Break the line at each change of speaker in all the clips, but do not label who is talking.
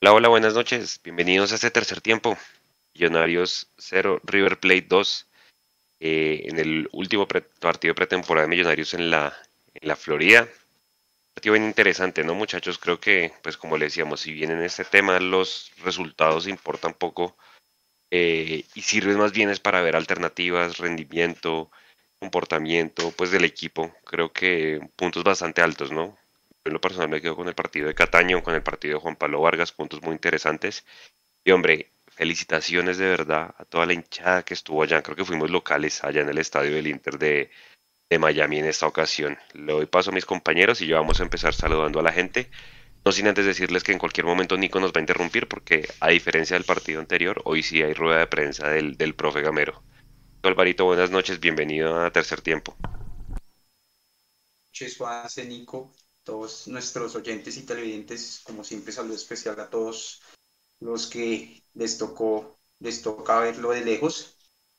Hola, hola, buenas noches. Bienvenidos a este tercer tiempo. Millonarios 0, River Plate 2. En el último partido de pretemporada de Millonarios en la Florida. Partido bien interesante, ¿no, muchachos? Creo que, pues como le decíamos, si bien en este tema los resultados importan poco y sirven más bien es para ver alternativas, rendimiento, comportamiento, pues del equipo. Creo que puntos bastante altos, ¿no? Yo en lo personal me quedo con el partido de Cataño, con el partido de Juan Pablo Vargas, puntos muy interesantes. Y hombre, felicitaciones de verdad a toda la hinchada que estuvo allá. Creo que fuimos locales allá en el estadio del Inter de Miami en esta ocasión. Le doy paso a mis compañeros y ya vamos a empezar saludando a la gente. No sin antes decirles que en cualquier momento Nico nos va a interrumpir porque a diferencia del partido anterior, hoy sí hay rueda de prensa del profe Gamero. Alvarito, buenas noches, bienvenido a Tercer Tiempo.
Noches, Juanse, Nico, todos nuestros oyentes y televidentes, como siempre, saludo especial a todos los que les toca verlo de lejos.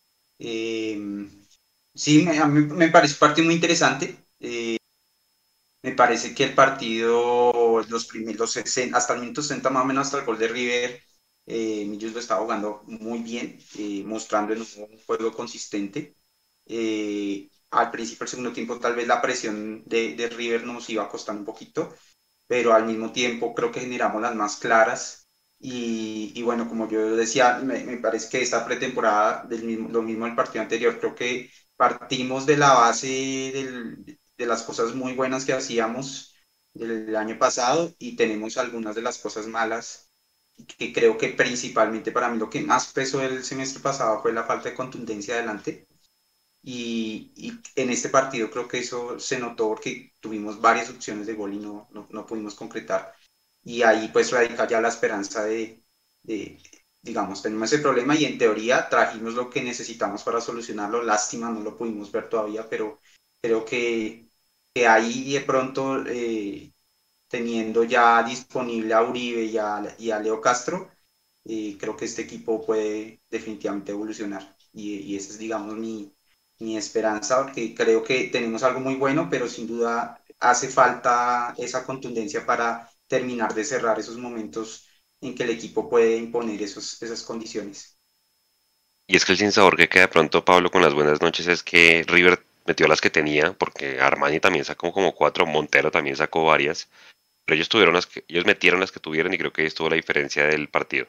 Eh, sí, a mí me parece un partido muy interesante. Me parece que el partido, los primeros 60, hasta el minuto 60 más o menos, hasta el gol de River, Millos lo estaba jugando muy bien, mostrando en un juego consistente. Al principio del segundo tiempo tal vez la presión de River nos iba costando un poquito, pero al mismo tiempo creo que generamos las más claras. Y bueno, como yo decía, me parece que esta pretemporada, lo mismo del partido anterior, creo que partimos de la base de las cosas muy buenas que hacíamos del año pasado y tenemos algunas de las cosas malas que creo que principalmente para mí lo que más pesó el semestre pasado fue la falta de contundencia adelante y en este partido creo que eso se notó porque tuvimos varias opciones de gol y no pudimos concretar. Y ahí pues radica ya la esperanza de, digamos, tenemos ese problema y en teoría trajimos lo que necesitamos para solucionarlo. Lástima, no lo pudimos ver todavía, pero creo que ahí de pronto, teniendo ya disponible a Uribe y a Leo Castro, creo que este equipo puede definitivamente evolucionar. Y esa es, digamos, mi esperanza, porque creo que tenemos algo muy bueno, pero sin duda hace falta esa contundencia para terminar de cerrar esos momentos en que el equipo puede imponer esas condiciones.
Y es que el sinsabor que queda de pronto, Pablo, con las buenas noches es que River metió las que tenía, porque Armani también sacó como cuatro, Montero también sacó varias, pero ellos metieron las que tuvieron y creo que ahí estuvo la diferencia del partido.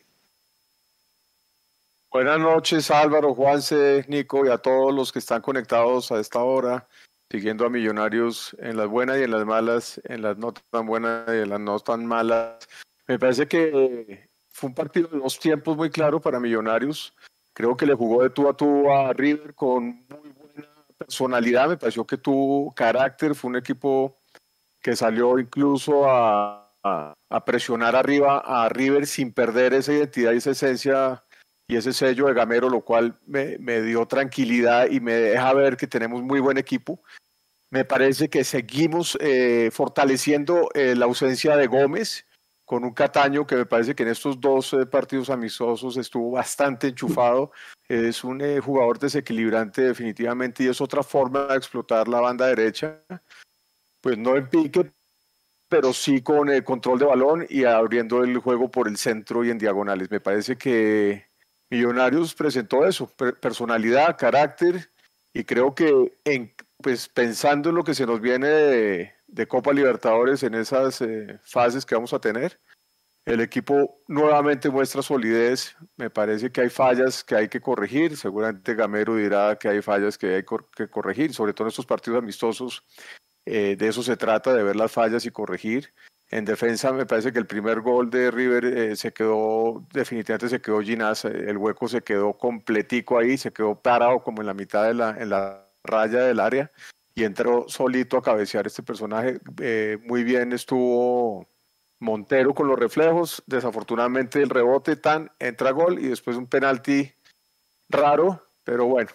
Buenas noches, Álvaro, Juanse, Nico y a todos los que están conectados a esta hora, siguiendo a Millonarios en las buenas y en las malas, en las no tan buenas y en las no tan malas. Me parece que fue un partido de dos tiempos muy claro para Millonarios. Creo que le jugó de tú a tú a River con muy buena personalidad. Me pareció que tuvo carácter. Fue un equipo que salió incluso a presionar arriba a River sin perder esa identidad y esa esencia y ese sello de Gamero, lo cual me dio tranquilidad y me deja ver que tenemos muy buen equipo. Me parece que seguimos fortaleciendo la ausencia de Gómez con un Cataño que me parece que en estos dos partidos amistosos estuvo bastante enchufado. Es un jugador desequilibrante definitivamente y es otra forma de explotar la banda derecha. Pues no en pique, pero sí con el control de balón y abriendo el juego por el centro y en diagonales. Me parece que Millonarios presentó eso, personalidad, carácter, y creo que pues pensando en lo que se nos viene de Copa Libertadores en esas fases que vamos a tener, el equipo nuevamente muestra solidez. Me parece que hay fallas que hay que corregir. Seguramente Gamero dirá que hay fallas que hay que corregir, sobre todo en estos partidos amistosos. De eso se trata, de ver las fallas y corregir. En defensa me parece que el primer gol de River definitivamente se quedó Ginás, el hueco se quedó completico ahí, se quedó parado como en la mitad en la raya del área y entró solito a cabecear este personaje. Muy bien estuvo Montero con los reflejos, desafortunadamente el rebote entra gol y después un penalti raro, pero bueno,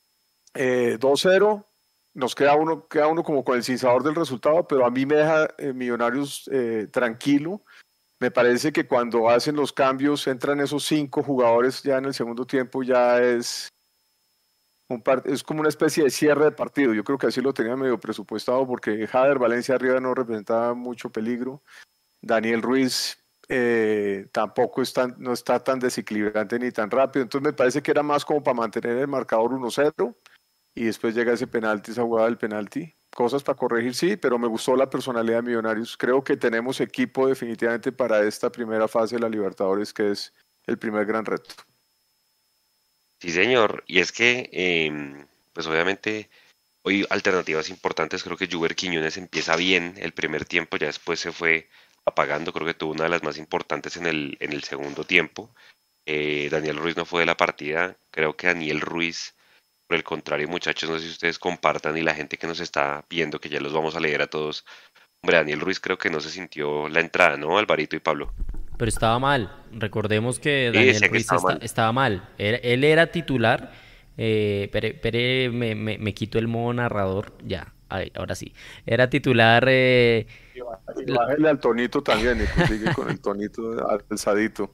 2-0, queda uno como con el sinsabor del resultado, pero a mí me deja Millonarios tranquilo. Me parece que cuando hacen los cambios, entran esos 5 jugadores ya en el segundo tiempo, ya es como una especie de cierre de partido. Yo creo que así lo tenía medio presupuestado porque Jader Valencia arriba no representaba mucho peligro. Daniel Ruiz tampoco no está tan desequilibrante ni tan rápido. Entonces me parece que era más como para mantener el marcador 1-0 y después llega ese penalti, esa jugada del penalti. Cosas para corregir, sí, pero me gustó la personalidad de Millonarios. Creo que tenemos equipo definitivamente para esta primera fase de la Libertadores, que es el primer gran reto.
Sí, señor. Y es que, pues obviamente, hoy alternativas importantes. Creo que Juber Quiñones empieza bien el primer tiempo, ya después se fue apagando. Creo que tuvo una de las más importantes en el segundo tiempo. Daniel Ruiz no fue de la partida. Creo que Daniel Ruiz, por el contrario, muchachos, no sé si ustedes compartan y la gente que nos está viendo, que ya los vamos a leer a todos. Hombre, Daniel Ruiz creo que no se sintió la entrada, ¿no? Alvarito y Pablo.
Pero estaba mal. Recordemos que
Sí,
Daniel
decía que
Ruiz
estaba mal.
estaba mal. Él era titular. Me quito el modo narrador. Ya, ahora sí. Era titular.
Y bájale al tonito también, Nico, sigue con el tonito alzadito.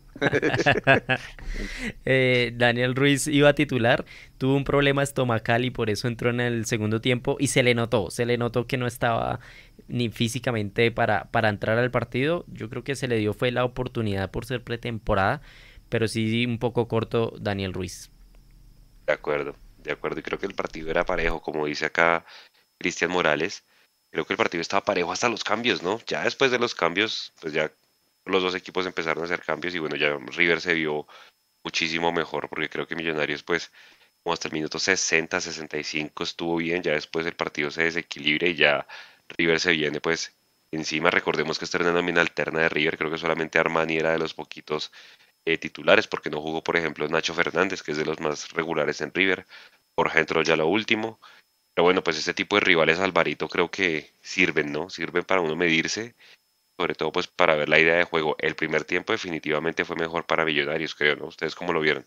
Daniel Ruiz iba a titular, tuvo un problema estomacal y por eso entró en el segundo tiempo y se le notó que no estaba ni físicamente para entrar al partido. Yo creo que se le dio fue la oportunidad por ser pretemporada, pero sí un poco corto Daniel Ruiz.
De acuerdo, de acuerdo. Y creo que el partido era parejo, como dice acá Cristian Morales. Creo que el partido estaba parejo hasta los cambios, ¿no? Ya después de los cambios, pues ya los dos equipos empezaron a hacer cambios y bueno, ya River se vio muchísimo mejor porque creo que Millonarios, pues, como hasta el minuto 60, 65 estuvo bien, ya después el partido se desequilibra y ya River se viene, pues, encima. Recordemos que esta era una nómina alterna de River, creo que solamente Armani era de los poquitos titulares porque no jugó, por ejemplo, Nacho Fernández, que es de los más regulares en River. Jorge entró ya lo último. Pero bueno, pues este tipo de rivales, Alvarito, creo que sirven, ¿no? Sirven para uno medirse, sobre todo pues para ver la idea de juego. El primer tiempo definitivamente fue mejor para Millonarios, creo, ¿no? ¿Ustedes cómo lo vieron?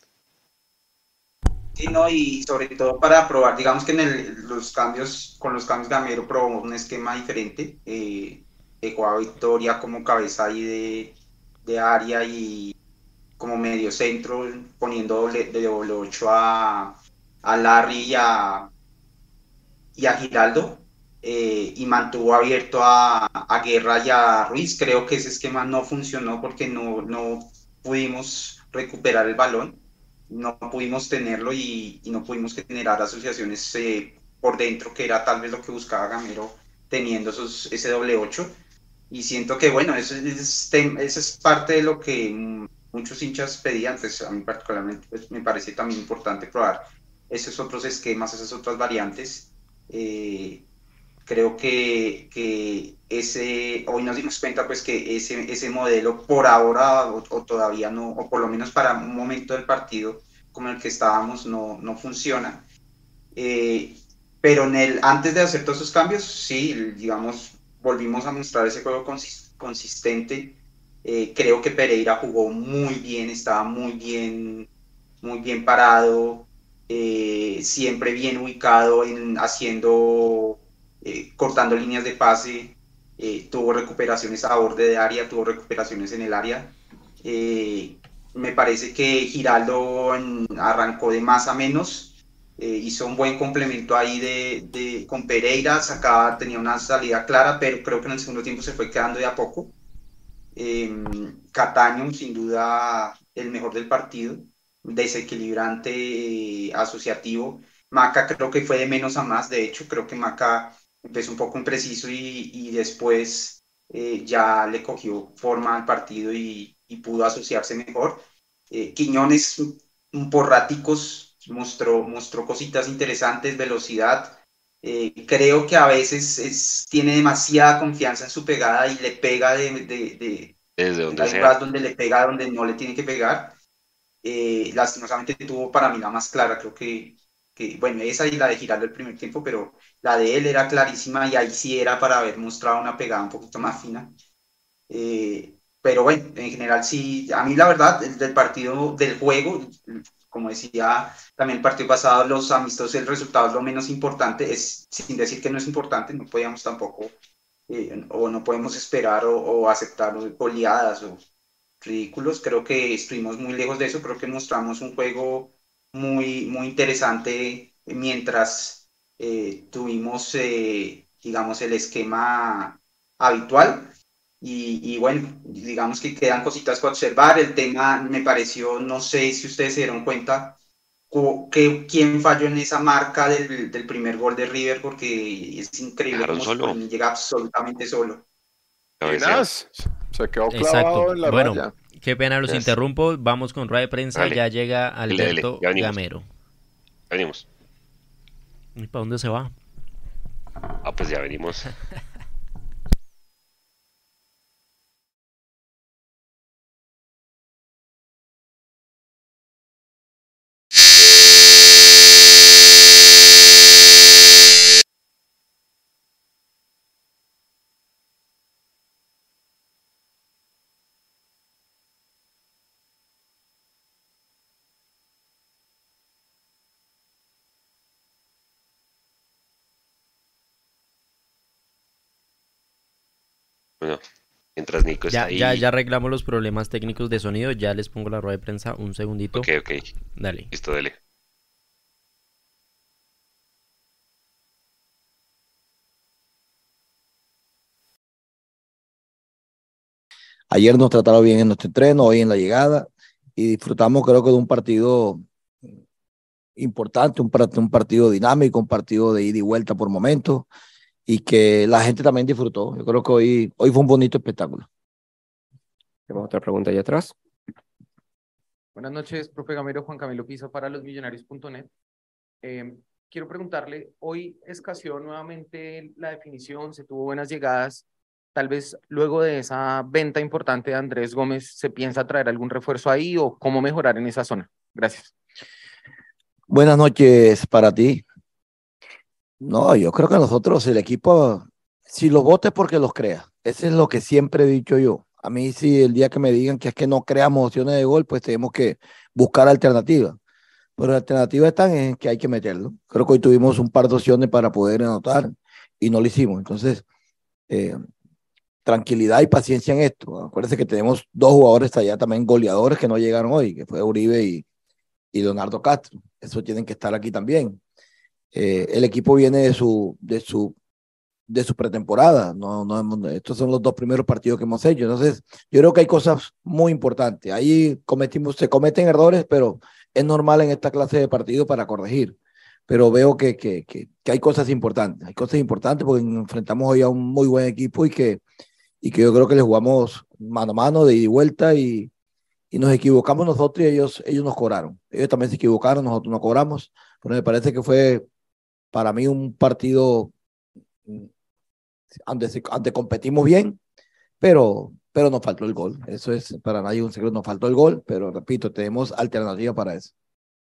Sí, no, y sobre todo para probar, digamos que los cambios, con los cambios Gamero probó un esquema diferente, dejó a Victoria como cabeza ahí de área y como medio centro, poniendo de doble 8 a Larry y a Giraldo, y mantuvo abierto a Guerra y a Ruiz. Creo que ese esquema no funcionó porque no pudimos recuperar el balón, no pudimos tenerlo y no pudimos generar asociaciones por dentro, que era tal vez lo que buscaba Gamero teniendo ese doble 8. Y siento que, bueno, eso es parte de lo que muchos hinchas pedían, pues a mí particularmente pues, me parece también importante probar esos otros esquemas, esas otras variantes. Eh, Creo que hoy nos dimos cuenta pues que ese modelo por ahora o todavía no, o por lo menos para un momento del partido como el que estábamos, no funciona. Eh, pero antes de hacer todos esos cambios, sí, digamos, volvimos a mostrar ese juego consistente. Creo que Pereira jugó muy bien, estaba muy bien parado, siempre bien ubicado cortando líneas de pase, tuvo recuperaciones a borde de área, tuvo recuperaciones en el área. Eh, Me parece que Giraldo arrancó de más a menos, hizo un buen complemento ahí con Pereira, tenía una salida clara, pero creo que en el segundo tiempo se fue quedando de a poco. Cataño, sin duda, el mejor del partido, desequilibrante, asociativo. Maca creo que fue de menos a más, de hecho, creo que Maca empezó un poco impreciso y después ya le cogió forma al partido y pudo asociarse mejor. Quiñones, por raticos, mostró cositas interesantes, velocidad. Creo que a veces tiene demasiada confianza en su pegada y le pega
Desde donde
hay
sea.
jugadas donde le pega donde no le tiene que pegar. Lastimosamente tuvo para mí la más clara, creo bueno, esa y la de Giraldo el primer tiempo, pero la de él era clarísima y ahí sí era para haber mostrado una pegada un poquito más fina. Pero bueno, en general sí, a mí la verdad, del partido, del juego, como decía también el partido pasado, los amistosos, el resultado es lo menos importante, es sin decir que no es importante, no podíamos tampoco, o no podemos esperar o aceptar goleadas o ridículos, creo que estuvimos muy lejos de eso, creo que mostramos un juego muy interesante mientras tuvimos, digamos, el esquema habitual. y bueno, digamos que quedan cositas para observar. El tema me pareció, no sé si ustedes se dieron cuenta, quién falló en esa marca del primer gol de River, porque es increíble
Dejaron
cómo
solo,
Zuculini llega absolutamente solo.
cabeceado.
Ginás se quedó
Exacto.
clavado en la
Bueno,
raya.
qué pena, los
Yes.
interrumpo. Vamos con rueda de prensa.
Dale,
Ya llega
dele,
Alberto
ya venimos,
Gamero.
ya venimos.
¿Y para dónde se va?
Ah, pues ya venimos. Bueno, mientras Nico está
Ya
ahí.
arreglamos los problemas técnicos de sonido. Ya les pongo la rueda de prensa. Un segundito.
Ok, ok,
Dale.
listo, dele.
Ayer nos trataron bien en nuestro entreno, hoy en la llegada, y disfrutamos creo que de un partido importante, un partido dinámico, un partido de ida y vuelta por momentos, y que la gente también disfrutó. Yo creo que hoy fue un bonito espectáculo.
Tenemos otra pregunta allá atrás.
Buenas noches, profe Gamero, Juan Camilo Pisa para losmillonarios.net. Quiero preguntarle, hoy escaseó nuevamente la definición, se tuvo buenas llegadas. Tal vez luego de esa venta importante de Andrés Gómez, ¿se piensa traer algún refuerzo ahí o cómo mejorar en esa zona? Gracias.
Buenas noches para ti. No, yo creo que nosotros, el equipo, si los votes porque los crea. Eso es lo que siempre he dicho yo. A mí, si el día que me digan que es que no creamos opciones de gol, pues tenemos que buscar alternativas. Pero la alternativa está en que hay que meterlo. Creo que hoy tuvimos un par de opciones para poder anotar y no lo hicimos. Entonces, eh, tranquilidad y paciencia en esto. Acuérdense que tenemos dos jugadores allá también goleadores que no llegaron hoy, que fue Uribe y Leonardo Castro. Eso tienen que estar aquí también. El equipo viene de su pretemporada. Estos son los dos primeros partidos que hemos hecho. Entonces, yo creo que hay cosas muy importantes. Ahí se cometen errores, pero es normal en esta clase de partidos para corregir. Pero veo que hay cosas importantes. Hay cosas importantes porque enfrentamos hoy a un muy buen equipo y que yo creo que le jugamos mano a mano, de ida y vuelta, y nos equivocamos nosotros y ellos nos cobraron. Ellos también se equivocaron, nosotros no cobramos. Pero me parece que fue para mí un partido donde competimos bien, pero nos faltó el gol. Eso es para nadie un secreto, nos faltó el gol, pero repito, tenemos alternativa para eso.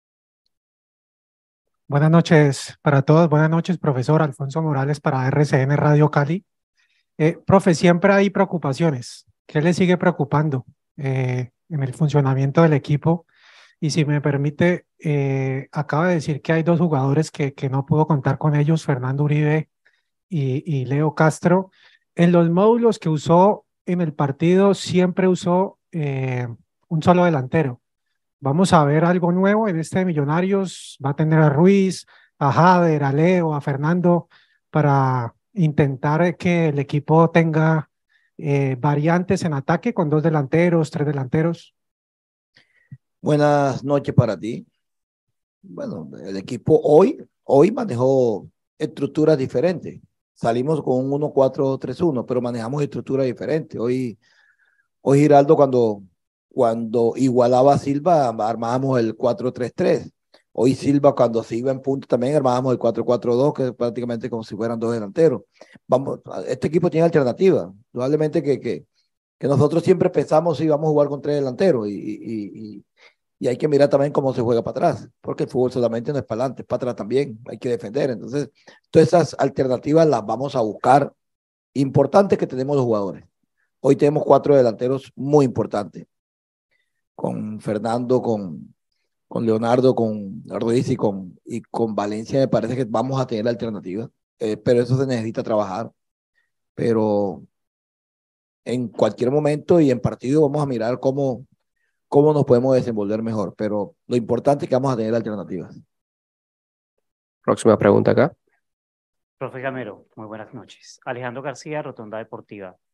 Buenas noches para todos. Buenas noches, profesor Alfonso Morales para RCN Radio Cali. Profe, siempre hay preocupaciones. ¿Qué le sigue preocupando en el funcionamiento del equipo? Y si me permite, acaba de decir que hay dos jugadores que no pudo contar con ellos, Fernando Uribe y Leo Castro. En los módulos que usó en el partido, siempre usó un solo delantero. Vamos a ver algo nuevo en este de Millonarios. Va a tener a Ruiz, a Jader, a Leo, a Fernando para intentar que el equipo tenga variantes en ataque con dos delanteros, tres delanteros.
Buenas noches para ti. Bueno, el equipo hoy manejó estructuras diferentes. Salimos con un 1-4-3-1, pero manejamos estructuras diferentes. Hoy Giraldo cuando igualaba a Silva armábamos el 4-3-3. Hoy Silva cuando se iba en punto también armábamos el 4-4-2, que es prácticamente como si fueran dos delanteros. Este equipo tiene alternativa. Probablemente que nosotros siempre pensamos si vamos a jugar con tres delanteros y hay que mirar también cómo se juega para atrás, porque el fútbol solamente no es para adelante, es para atrás también, hay que defender. Entonces, todas esas alternativas las vamos a buscar, importantes que tenemos los jugadores. Hoy tenemos cuatro delanteros muy importantes, con Fernando, con Leonardo, con Ruiz y con Valencia. Me parece que vamos a tener alternativas, pero eso se necesita trabajar. Pero en cualquier momento y en partido vamos a mirar cómo nos podemos desenvolver mejor, pero lo importante es que vamos a tener alternativas.
Próxima pregunta acá.
Profe Gamero, muy buenas noches. Alejandro García, Rotonda Deportiva.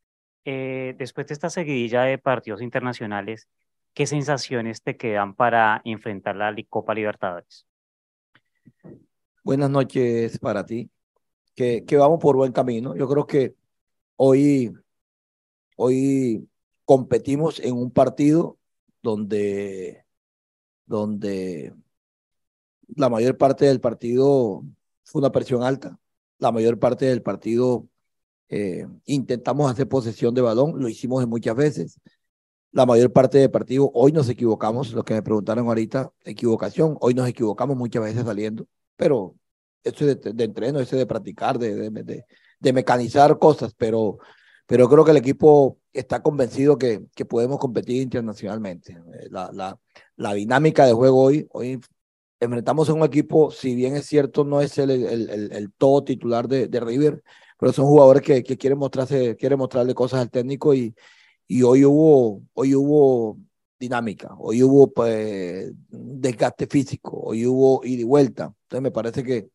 Después de esta seguidilla de partidos internacionales, ¿qué sensaciones te quedan para enfrentar la Copa Libertadores?
Buenas noches para ti, que vamos por buen camino. Yo creo que hoy, hoy competimos en un partido donde la mayor parte del partido fue una presión alta. La mayor parte del partido intentamos hacer posesión de balón, lo hicimos muchas veces. La mayor parte del partido, hoy nos equivocamos, lo que me preguntaron ahorita, equivocación, hoy nos equivocamos muchas veces saliendo, pero eso es de entreno, eso es de practicar, de mecanizar cosas, pero creo que el equipo está convencido que podemos competir internacionalmente. La dinámica de juego hoy enfrentamos a un equipo, si bien es cierto, no es el todo titular de River, pero son jugadores que quieren mostrarle cosas al técnico y hoy hubo dinámica, hoy hubo pues, desgaste físico, hoy hubo ida y vuelta. Entonces me parece que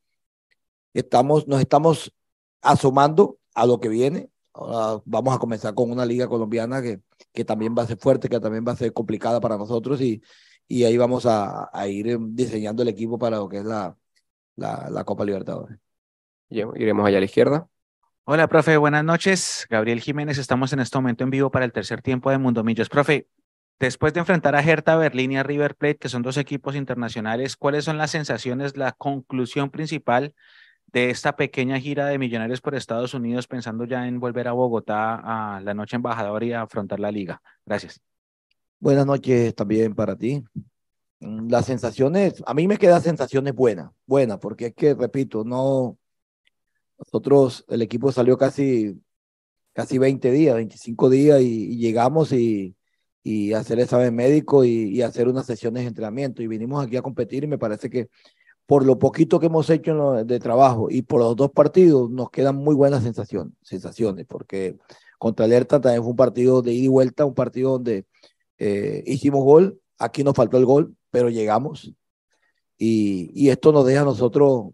nos estamos asomando a lo que viene. Ahora vamos a comenzar con una liga colombiana que también va a ser fuerte, que también va a ser complicada para nosotros y ahí vamos a ir diseñando el equipo para lo que es la Copa Libertadores.
Iremos allá a la izquierda.
Hola, profe, buenas noches. Gabriel Jiménez, estamos en este momento en vivo para el tercer tiempo de Mundo Millos. Profe, después de enfrentar a Hertha Berlín y a River Plate, que son dos equipos internacionales, ¿cuáles son las sensaciones, la conclusión principal de esta pequeña gira de Millonarios por Estados Unidos, pensando ya en volver a Bogotá a la noche embajador y a afrontar la liga? Gracias.
Buenas noches también para ti. Las sensaciones, a mí me quedan sensaciones buenas, porque es que, repito, nosotros, el equipo salió casi 20 días, 25 días y llegamos y hacer examen médico y hacer unas sesiones de entrenamiento y vinimos aquí a competir y me parece que por lo poquito que hemos hecho de trabajo y por los dos partidos nos quedan muy buenas sensaciones porque contra el Hertha también fue un partido de ida y vuelta, un partido donde hicimos gol, aquí nos faltó el gol, pero llegamos y esto nos deja a nosotros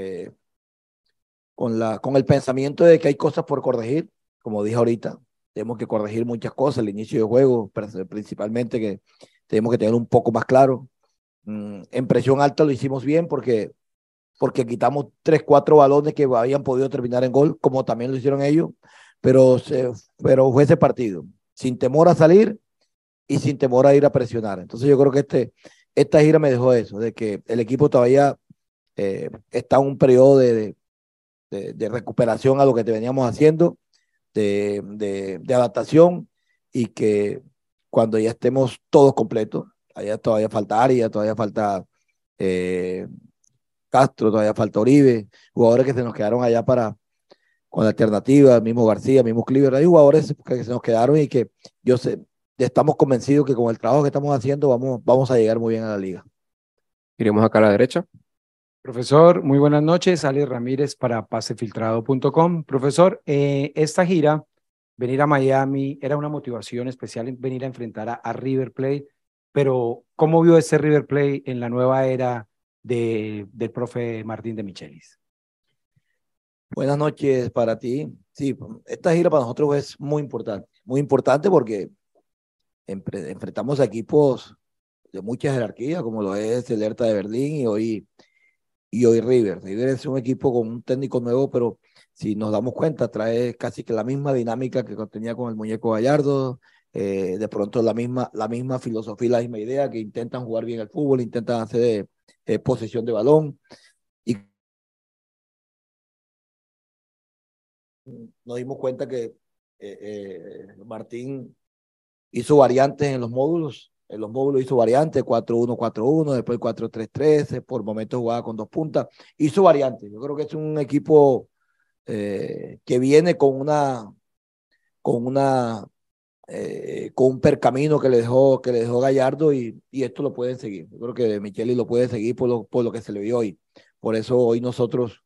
con el pensamiento de que hay cosas por corregir, como dije ahorita, tenemos que corregir muchas cosas, el inicio de juego, principalmente que tenemos que tener un poco más claro. En presión alta lo hicimos bien porque quitamos 3, 4 balones que habían podido terminar en gol, como también lo hicieron ellos, pero fue ese partido, sin temor a salir y sin temor a ir a presionar. Entonces yo creo que esta gira me dejó eso, de que el equipo todavía está en un periodo de recuperación a lo que veníamos haciendo, de adaptación y que cuando ya estemos todos completos, allá todavía falta Arias, todavía falta Castro, todavía falta Oribe, jugadores que se nos quedaron allá con la alternativa, mismo García, mismo Cliver, hay jugadores que se nos quedaron y que estamos convencidos que con el trabajo que estamos haciendo vamos a llegar muy bien a la liga.
Iremos acá a la derecha.
Profesor, muy buenas noches. Alex Ramírez para pasefiltrado.com. Profesor, esta gira, venir a Miami, era una motivación especial venir a enfrentar a River Plate, pero ¿cómo vio este River Plate en la nueva era del profe Martín de Michelis?
Buenas noches para ti. Sí, esta gira para nosotros es muy importante porque enfrentamos a equipos de mucha jerarquía, como lo es el Hertha de Berlín y hoy River. River es un equipo con un técnico nuevo, pero si nos damos cuenta, trae casi que la misma dinámica que tenía con el Muñeco Gallardo, de pronto la misma filosofía, la misma idea, que intentan jugar bien el fútbol, intentan hacer posesión de balón. Y nos dimos cuenta que Martín hizo variantes en los módulos. En los módulos hizo variantes, 4-1-4-1, después 4-3-3, por momentos jugaba con 2 puntas. Hizo variantes. Yo creo que es un equipo que viene con un percamino que le dejó Gallardo y esto lo pueden seguir. Yo creo que Micheli lo puede seguir por lo que se le vio hoy. Por eso hoy nosotros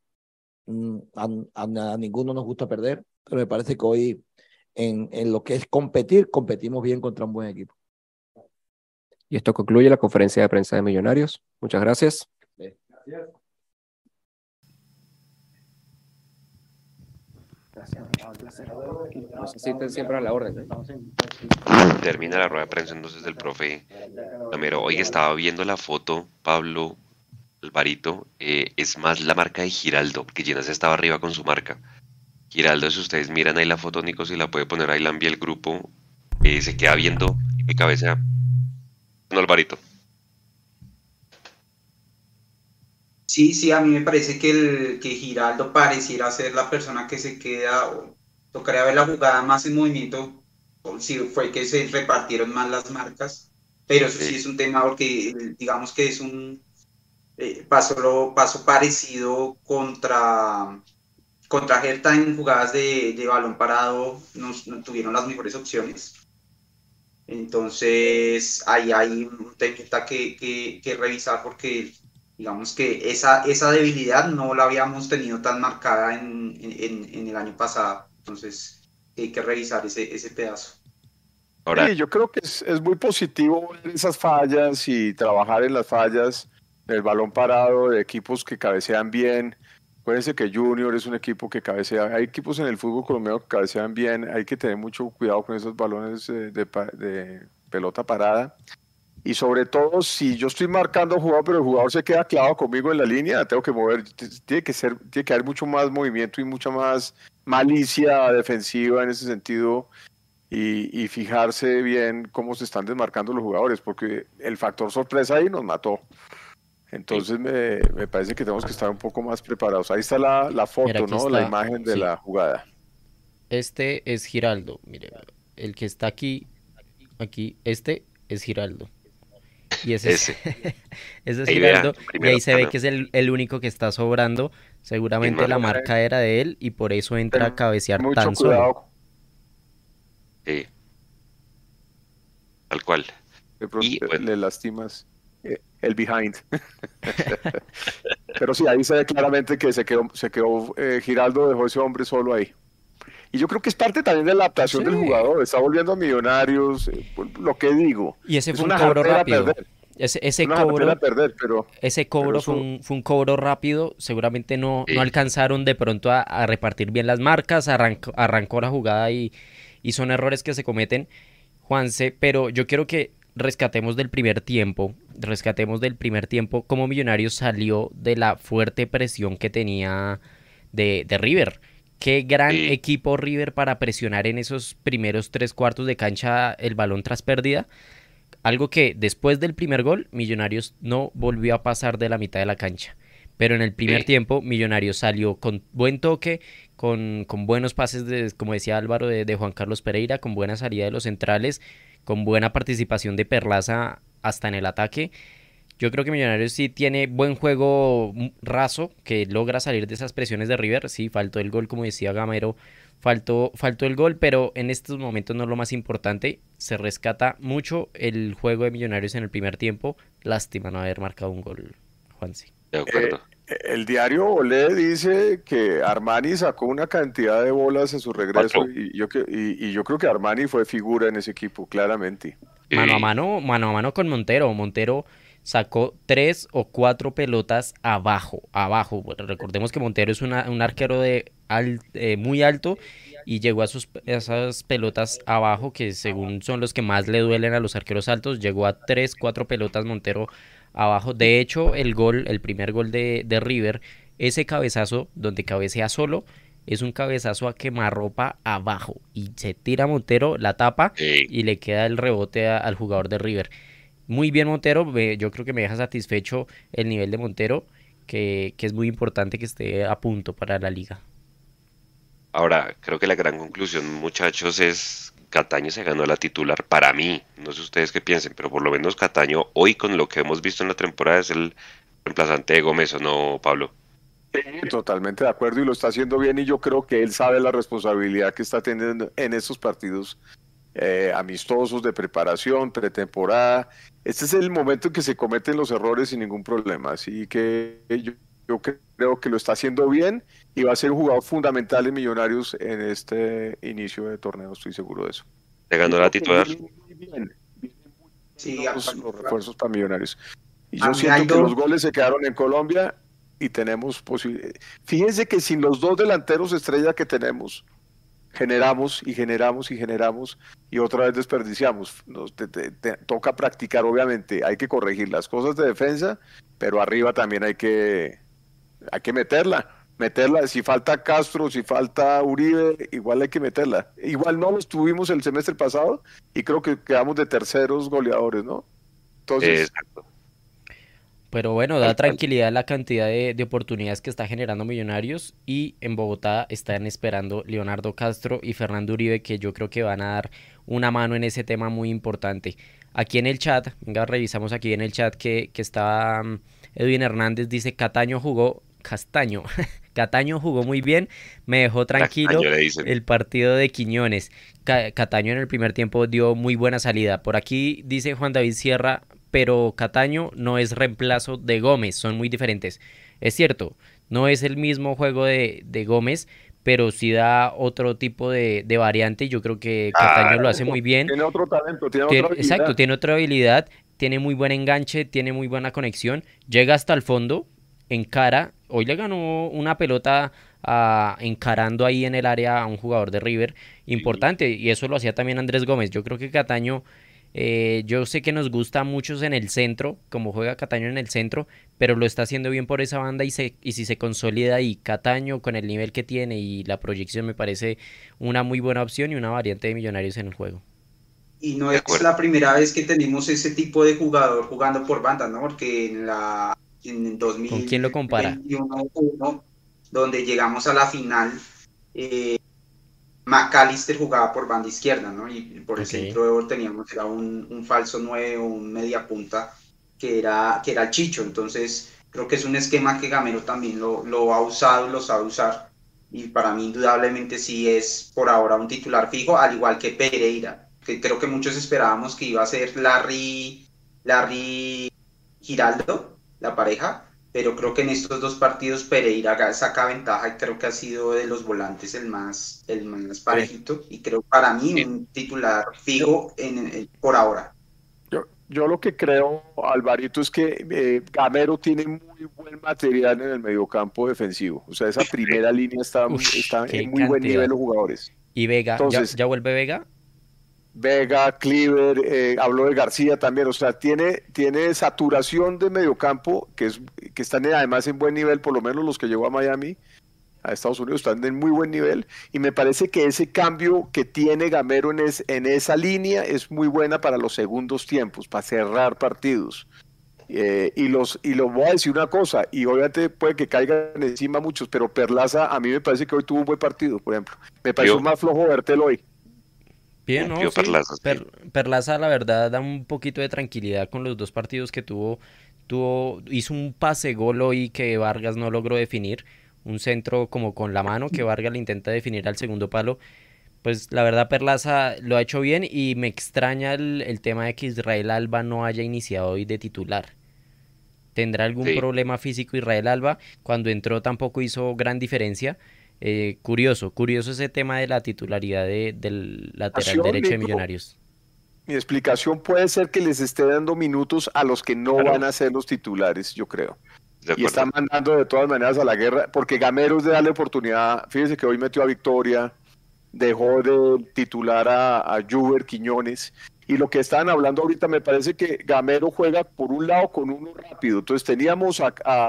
a ninguno nos gusta perder, pero me parece que hoy en lo que es competimos bien contra un buen equipo.
Y esto concluye la conferencia de prensa de Millonarios. Muchas gracias.
Gracias.
Nos asisten siempre a la orden, ¿no?
Termina la rueda de prensa entonces del profe Gamero. Hoy estaba viendo la foto, Pablo, Alvarito, es más la marca de Giraldo, porque Ginas estaba arriba con su marca. Giraldo, si ustedes miran ahí la foto, Nico, si la puede poner ahí, la envía el grupo, se queda viendo y cabecea. No, Alvarito.
Sí, a mí me parece que Giraldo pareciera ser la persona que se queda, o tocaría ver la jugada más en movimiento, o si fue que se repartieron más las marcas, pero eso sí es un tema porque digamos que es un paso parecido contra Hertha en jugadas de balón parado, no tuvieron las mejores opciones. Entonces ahí hay un temita que revisar porque digamos que esa debilidad no la habíamos tenido tan marcada en el año pasado. Entonces hay que revisar ese pedazo.
Ahora,
Sí, yo creo que es muy positivo ver esas fallas y trabajar en las fallas del balón parado, de equipos que cabecean bien. Acuérdense que Junior es un equipo que cabecea. Hay equipos en el fútbol colombiano que cabecean bien. Hay que tener mucho cuidado con esos balones de pelota parada. Y sobre todo, si yo estoy marcando jugador, pero el jugador se queda clavado conmigo en la línea, tengo que mover. Tiene que haber mucho más movimiento y mucha más malicia defensiva en ese sentido. Y fijarse bien cómo se están desmarcando los jugadores, porque el factor sorpresa ahí nos mató. Entonces me parece que tenemos que estar un poco más preparados. Ahí está la foto,
Mira, aquí
¿no?
está,
La imagen de
sí.
la jugada.
Este es Giraldo, mire, el que está aquí, este es Giraldo. Y ese es Giraldo, y ahí se ve que es el único que está sobrando. Seguramente la marca era de él y por eso entra a cabecear tan solo.
Sí. Tal cual.
De pronto le lastimas el behind. Pero sí, ahí se ve claramente que se quedó Giraldo, dejó ese hombre solo ahí. Y yo creo que es parte también de la adaptación del jugador. Está volviendo a Millonarios, lo que digo.
Y ese fue un cobro rápido. Ese cobro fue un cobro rápido. Seguramente no alcanzaron de pronto a repartir bien las marcas. Arrancó la jugada y son errores que se cometen, Juanse. Pero yo quiero que rescatemos del primer tiempo cómo Millonarios salió de la fuerte presión que tenía de River. Qué gran equipo River para presionar en esos primeros 3/4 de cancha el balón tras pérdida. Algo que después del primer gol, Millonarios no volvió a pasar de la mitad de la cancha. Pero en el primer tiempo, Millonarios salió con buen toque, con buenos pases, como decía Álvaro, de Juan Carlos Pereira, con buena salida de los centrales, con buena participación de Perlaza hasta en el ataque. Yo creo que Millonarios sí tiene buen juego raso, que logra salir de esas presiones de River. Sí, faltó el gol, como decía Gamero, faltó el gol, pero en estos momentos no es lo más importante. Se rescata mucho el juego de Millonarios en el primer tiempo. Lástima no haber marcado un gol, Juanse.
De acuerdo.
El diario Olé dice que Armani sacó una cantidad de bolas en su regreso y yo creo que Armani fue figura en ese equipo, claramente.
Mano a mano con Montero. Montero sacó 3 o 4 pelotas abajo. Bueno, recordemos que Montero es un arquero muy alto y llegó a esas pelotas abajo, que según son los que más le duelen a los arqueros altos. Llegó a 3, 4 pelotas Montero abajo. De hecho, el primer gol de River, ese cabezazo donde cabecea solo, es un cabezazo a quemarropa abajo y se tira Montero, la tapa y le queda el rebote al jugador de River. Muy bien Montero, yo creo que me deja satisfecho el nivel de Montero, que es muy importante que esté a punto para la liga.
Ahora, creo que la gran conclusión, muchachos, es Cataño se ganó la titular para mí. No sé ustedes qué piensen, pero por lo menos Cataño hoy, con lo que hemos visto en la temporada, es el reemplazante de Gómez, ¿o no, Pablo?
Sí, totalmente de acuerdo, y lo está haciendo bien, y yo creo que él sabe la responsabilidad que está teniendo en estos partidos amistosos de preparación, pretemporada. Este es el momento en que se cometen los errores sin ningún problema, así que yo creo que lo está haciendo bien y va a ser un jugador fundamental en Millonarios en este inicio de torneo, estoy seguro de eso.
¿Te ganó la titular?
Sí,
los refuerzos para Millonarios. Y yo siento que los goles se quedaron en Colombia y tenemos posibilidades. Fíjense que sin los dos delanteros estrella que tenemos, generamos y generamos y generamos y otra vez desperdiciamos. Toca practicar, obviamente, hay que corregir las cosas de defensa, pero arriba también hay que meterla. Si falta Castro, si falta Uribe, igual hay que meterla. Igual no los tuvimos el semestre pasado y creo que quedamos de terceros goleadores, ¿no? Entonces,
Exacto.
Pero bueno, da tranquilidad la cantidad de oportunidades que está generando Millonarios, y en Bogotá están esperando Leonardo Castro y Fernando Uribe, que yo creo que van a dar una mano en ese tema muy importante. Aquí en el chat, venga, revisamos aquí en el chat que está Edwin Hernández, dice Cataño jugó muy bien, me dejó tranquilo
Castaño, le dicen.
el partido de Quiñones. Cataño en el primer tiempo dio muy buena salida. Por aquí dice Juan David Sierra, pero Cataño no es reemplazo de Gómez, son muy diferentes. Es cierto, no es el mismo juego de Gómez, pero sí da otro tipo de variante, y yo creo que Cataño lo hace muy bien.
Tiene otro talento, tiene otra habilidad.
Exacto, tiene otra habilidad, tiene muy buen enganche, tiene muy buena conexión, llega hasta el fondo, encara. Hoy le ganó una pelota encarando ahí en el área a un jugador de River importante, y eso lo hacía también Andrés Gómez. Yo creo que Cataño, yo sé que nos gusta a muchos en el centro, como juega Cataño en el centro, pero lo está haciendo bien por esa banda, y si se consolida ahí Cataño con el nivel que tiene y la proyección, me parece una muy buena opción y una variante de Millonarios en el juego.
Y no es la primera vez que tenemos ese tipo de jugador jugando por banda, ¿no? Porque en 2021,
¿Con quién lo compara?
Donde llegamos a la final, McAllister jugaba por banda izquierda, ¿no? Y por el centro teníamos era un falso 9 o un media punta que era el Chicho. Entonces creo que es un esquema que Gamero también lo ha usado y lo sabe usar, y para mí indudablemente sí es por ahora un titular fijo, al igual que Pereira, que creo que muchos esperábamos que iba a ser Larry Giraldo, la pareja, pero creo que en estos dos partidos Pereira saca ventaja, y creo que ha sido de los volantes el más parejito, y creo para mí un titular fijo por ahora.
Yo lo que creo, Alvarito, es que Gamero tiene muy buen material en el mediocampo defensivo. O sea, esa primera línea está en muy buen nivel los jugadores.
¿Y Vega?
Entonces,
¿Ya vuelve Vega?
Vega, Cleaver, habló de García también, o sea, tiene saturación de mediocampo que están además en buen nivel, por lo menos los que llegó a Miami, a Estados Unidos, están en muy buen nivel, y me parece que ese cambio que tiene Gamero en esa línea es muy buena para los segundos tiempos, para cerrar partidos. Y lo voy a decir una cosa, y obviamente puede que caigan encima muchos, pero Perlaza a mí me parece que hoy tuvo un buen partido, por ejemplo. Me pareció más flojo vértelo hoy.
Bien, ¿no? Sí. Perlaza, la verdad, da un poquito de tranquilidad con los dos partidos que tuvo. Hizo un pase gol hoy que Vargas no logró definir, un centro como con la mano que Vargas le intenta definir al segundo palo. Pues la verdad Perlaza lo ha hecho bien, y me extraña el tema de que Israel Alba no haya iniciado hoy de titular. ¿Tendrá algún problema físico Israel Alba? Cuando entró tampoco hizo gran diferencia. Curioso ese tema de la titularidad del lateral derecho de Millonarios.
Mi explicación puede ser que les esté dando minutos a los que no van a ser los titulares, yo creo. Y están mandando de todas maneras a la guerra, porque Gamero es de darle oportunidad. Fíjese que hoy metió a Victoria, dejó de titular a Juber Quiñones, y lo que estaban hablando ahorita, me parece que Gamero juega por un lado con uno rápido. Entonces teníamos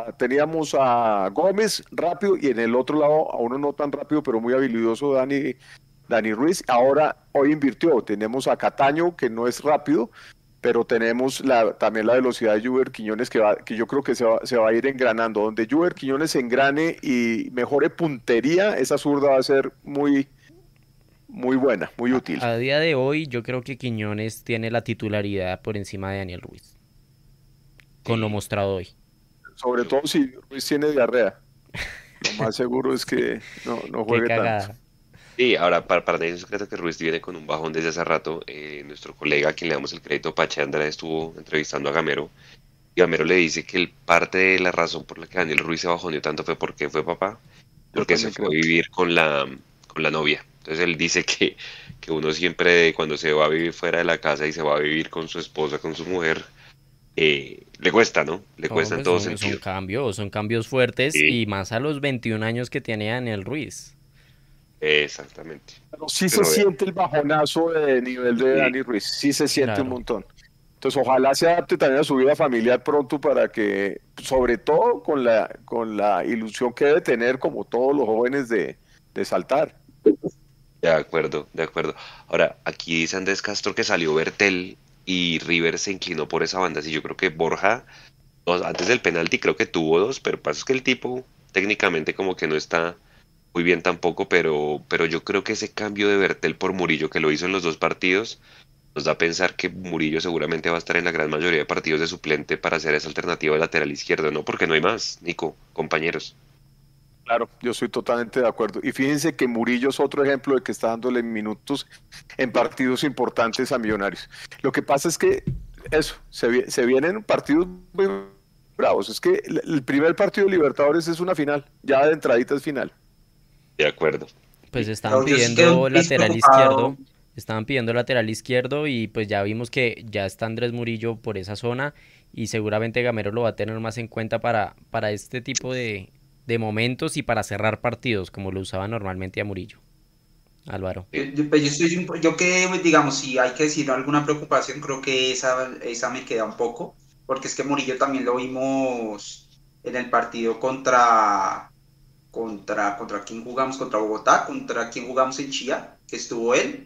a Gómez rápido, y en el otro lado a uno no tan rápido pero muy habilidoso, Dani Ruiz. Hoy invirtió, tenemos a Cataño, que no es rápido, pero tenemos también la velocidad de Juber Quiñones, que yo creo que se va a ir engranando. Donde Juber Quiñones se engrane y mejore puntería, esa zurda va a ser muy buena, muy útil.
A día de hoy yo creo que Quiñones tiene la titularidad por encima de Daniel Ruiz, con lo mostrado hoy.
Sobre todo si Ruiz tiene diarrea. Lo más seguro es que no juegue tanto.
Sí, ahora para nadie es secreto que Ruiz viene con un bajón desde hace rato. Nuestro colega, a quien le damos el crédito, Pache Andrés, estuvo entrevistando a Gamero, y Gamero le dice que parte de la razón por la que Daniel Ruiz se bajoneó tanto fue porque fue papá, porque se fue a vivir con la novia. Entonces él dice que uno siempre, cuando se va a vivir fuera de la casa y se va a vivir con su esposa, con su mujer, le cuesta, ¿no? Le
No,
cuesta en
pues
todo
son
sentido.
son cambios fuertes
Sí,
y más a los 21 años que tiene Daniel Ruiz.
exactamente.
Pero sí se
Pero vea,
siente el bajonazo de nivel de
sí,
Dani Ruiz, sí se siente un
Claro.
montón. Entonces, ojalá se adapte también a su vida familiar pronto para que, sobre todo con la ilusión que debe tener, como todos los jóvenes, de saltar.
de acuerdo, de acuerdo. Ahora, aquí dice Andrés Castro que salió Bertel y River se inclinó por esa banda. Sí, yo creo que Borja, antes del penalti, creo que tuvo dos, pero pasa es que el tipo técnicamente como que no está muy bien tampoco, pero yo creo que ese cambio de Bertel por Murillo, que lo hizo en los dos partidos, nos da a pensar que Murillo seguramente va a estar en la gran mayoría de partidos de suplente para hacer esa alternativa de lateral izquierdo, ¿no? Porque no hay más, Nico, compañeros.
Claro, yo estoy totalmente de acuerdo. Y fíjense que Murillo es otro ejemplo de que está dándole minutos en partidos importantes a Millonarios. Lo que pasa es que eso, se vienen partidos muy bravos. Es que el primer partido de Libertadores es una final, ya de entradita es final.
De acuerdo.
Pues
Pero yo sí quedo un poquito preocupado.
estaban pidiendo lateral izquierdo y pues ya vimos que ya está Andrés Murillo por esa zona y seguramente Gamero lo va a tener más en cuenta para este tipo de momentos y para cerrar partidos como lo usaba normalmente a Murillo. Álvaro.
Pues yo que, digamos, si hay que decir alguna preocupación, creo que esa me queda un poco, porque es que Murillo también lo vimos en el partido contra quién jugamos, contra Bogotá, contra quién jugamos en Chía, que estuvo él,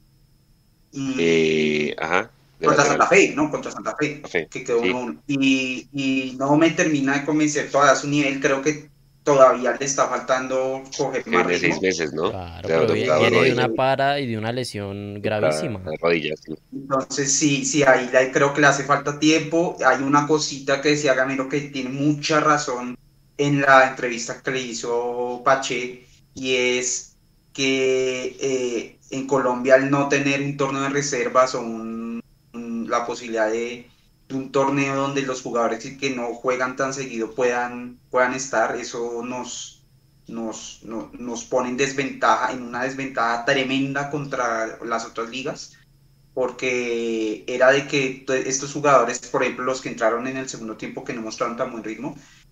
y
Ajá, de
contra
lateral.
Santa Fe, ¿no? Contra Santa Fe,
Café,
que quedó
sí,
1-1. Y no me termina de convencer todavía su nivel, creo que todavía le está faltando coger más
tiene seis
ritmo.
meses, ¿no?
Claro,
De haber
pero
tocado
viene de
rodilla,
una para y de una lesión gravísima.
rodilla, sí.
Entonces, sí, ahí creo que le hace falta tiempo. Hay una cosita que decía Gamero que tiene mucha razón en la entrevista que le hizo Pache, y es que en Colombia, al no tener un torneo de reservas o la posibilidad de un torneo donde los jugadores que no juegan tan seguido puedan estar, eso nos pone en una desventaja tremenda contra las otras ligas, porque era de que estos jugadores, por ejemplo, los que entraron en el segundo tiempo que no mostraron tan buen ritmo,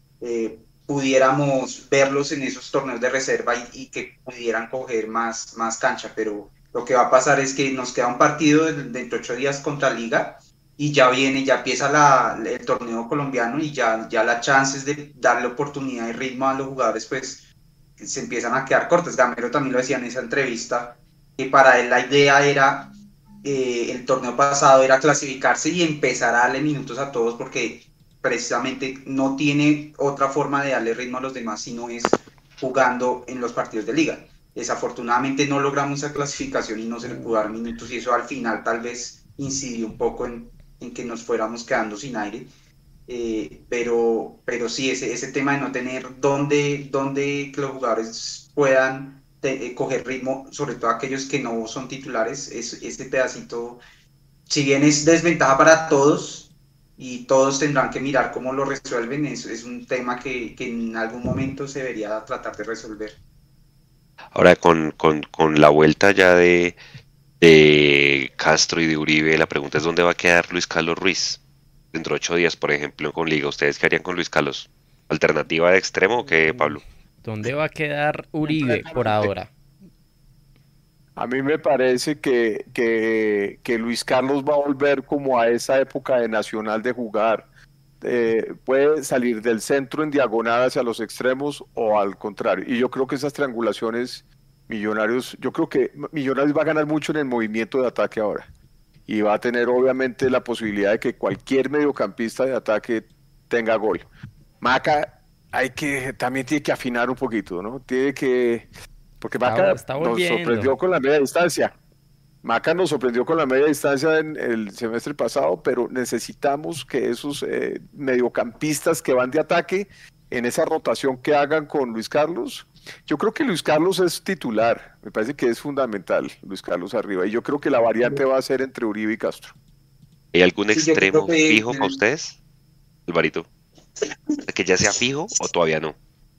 pudiéramos verlos en esos torneos de reserva y que pudieran coger más cancha, pero lo que va a pasar es que nos queda un partido dentro de 8 días contra Liga y ya empieza el torneo colombiano y ya las chances de darle oportunidad y ritmo a los jugadores pues se empiezan a quedar cortas. Gamero también lo decía en esa entrevista, que para él la idea era el torneo pasado era clasificarse y empezar a darle minutos a todos porque precisamente no tiene otra forma de darle ritmo a los demás si no es jugando en los partidos de liga. Desafortunadamente no logramos esa clasificación y no se le pudo dar minutos y eso al final tal vez incidió un poco en que nos fuéramos quedando sin aire. Pero sí, ese tema de no tener dónde que los jugadores puedan coger ritmo, sobre todo aquellos que no son titulares, ese pedacito, si bien es desventaja para todos y todos tendrán que mirar cómo lo resuelven, es un tema que en algún momento se debería tratar de resolver.
Ahora con la vuelta ya de Castro y de Uribe, la pregunta es dónde va a quedar Luis Carlos Ruiz dentro de 8 días, por ejemplo, con Liga. ¿Ustedes qué harían con Luis Carlos? ¿Alternativa de extremo o qué, Pablo?
¿Dónde va a quedar Uribe por ahora?
A mí me parece que Luis Carlos va a volver como a esa época de Nacional de jugar. Puede salir del centro en diagonal hacia los extremos o al contrario. Y yo creo que esas triangulaciones Millonarios, yo creo que Millonarios va a ganar mucho en el movimiento de ataque ahora. Y va a tener obviamente la posibilidad de que cualquier mediocampista de ataque tenga gol. Maca también tiene que afinar un poquito, ¿no? Porque Maca
Está
nos sorprendió con la media distancia. Maca nos sorprendió con la media distancia en el semestre pasado, pero necesitamos que esos mediocampistas que van de ataque, en esa rotación que hagan con Luis Carlos. Yo creo que Luis Carlos es titular, me parece que es fundamental Luis Carlos arriba, y yo creo que la variante va a ser entre Uribe y Castro.
¿Hay algún
Sí, yo creo
extremo
que
fijo para ustedes, Alvarito? ¿Que ya sea fijo o todavía no?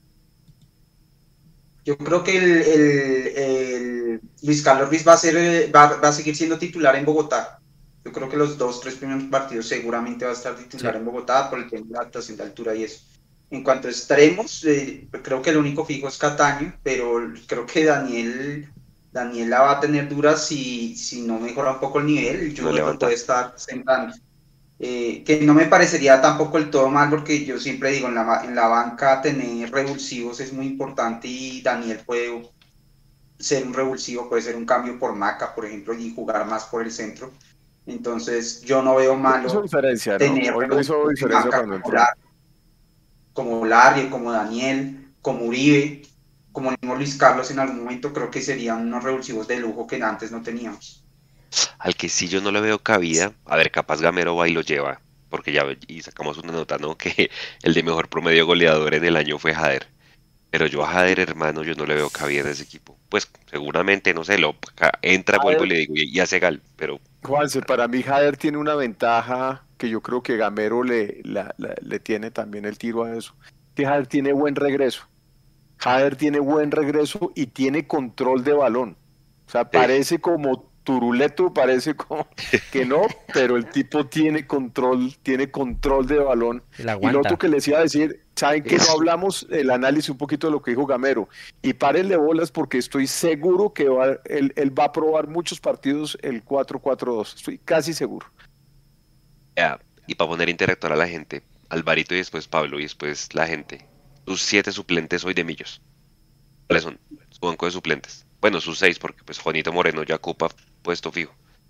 Yo creo que el Luis Carlos Ruiz va a seguir siendo titular en Bogotá. Yo creo que los 2, 3 primeros partidos seguramente va a estar titular
Sí.
en Bogotá por el tema de la adaptación de altura y eso. En cuanto a extremos, creo que el único fijo es Cataño, pero creo que Daniel la va a tener dura si no mejora un poco el nivel.
No
Juber lo
levanta.
puede estar sentando. Que no me parecería tampoco el todo mal, porque yo siempre digo, en la banca tener revulsivos es muy importante y Daniel puede ser un revulsivo, puede ser un cambio por Maca, por ejemplo, y jugar más por el centro. Entonces, yo no veo
Hizo
malo
diferencia, ¿no?
tener
Hoy no hizo
revulsivos de
diferencia
Maca
cuando entró.
como Larry, como Daniel, como Uribe, como el mismo Luis Carlos en algún momento. Creo que serían unos revulsivos de lujo que antes no teníamos.
Al que sí yo no le veo cabida, a ver, capaz Gamero va y lo lleva, porque ya y sacamos una nota, ¿no? Que el de mejor promedio goleador en el año fue Jader. Pero yo a Jader, hermano, yo no le veo cabida en ese equipo. Pues seguramente, no sé, entra, vuelvo y le digo, y hace gal, pero
Juanse, para mí Jader tiene una ventaja que yo creo que Gamero le tiene también el tiro a eso. Que Jader tiene buen regreso. Jader tiene buen regreso y tiene control de balón. O sea,
sí,
parece como turuleto, parece como que no, pero el tipo tiene control de balón.
Y la
Y lo otro
aguanta.
que les iba a decir, saben que no
es,
hablamos el análisis un poquito de lo que dijo Gamero. Y párenle bolas porque estoy seguro que él va a probar muchos partidos el 4-4-2. Estoy casi seguro.
ya, y para poner a interactuar a la gente, Alvarito y después Pablo y después la gente. Sus 7 suplentes hoy de Millos. ¿Cuáles son? Su banco de suplentes. Bueno, sus 6, porque pues Juanito Moreno ya ocupa puesto fijo.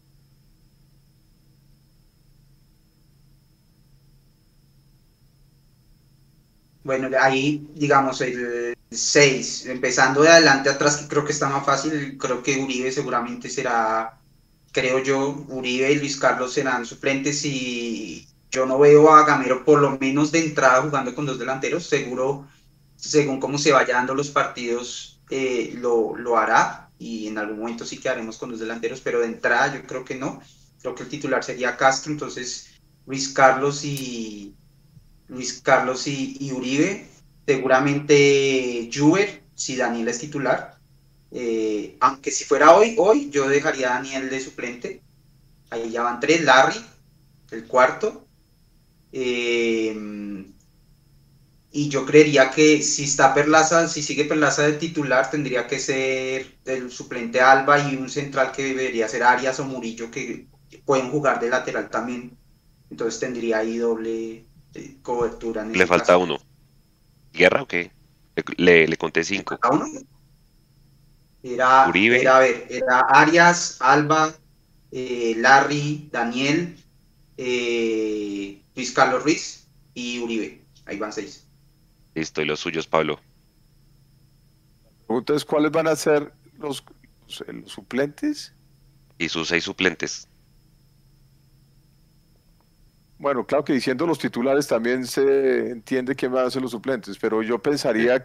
Bueno, ahí, digamos, el 6, empezando de adelante atrás, que creo que está más fácil. Creo que Uribe seguramente será, creo yo, Uribe y Luis Carlos serán suplentes, y yo no veo a Gamero por lo menos de entrada jugando con 2 delanteros. Seguro, según cómo se vayan dando los partidos, lo hará, y en algún momento sí quedaremos con 2 delanteros, pero de entrada yo creo que no. Creo que el titular sería Castro. Entonces Luis Carlos y Uribe, seguramente Juber, si Daniel es titular. Aunque si fuera hoy yo dejaría a Daniel de suplente. Ahí ya van 3, Larry, el cuarto. Y yo creería que si sigue Perlaza de titular, tendría que ser el suplente Alba, y un central que debería ser Arias o Murillo, que pueden jugar de lateral también. Entonces tendría ahí doble cobertura en
Le
ese
falta
caso.
uno. ¿Guerra o qué? Le conté 5.
¿A uno? Era
Uribe,
Arias, Alba, Larry, Daniel, Luis Carlos Ruiz y Uribe. Ahí van 6.
listo, y los suyos, Pablo.
La pregunta es, ¿cuáles van a ser los suplentes?
Y sus 6 suplentes.
Bueno, claro que diciendo los titulares también se entiende quién van a ser los suplentes, pero yo pensaría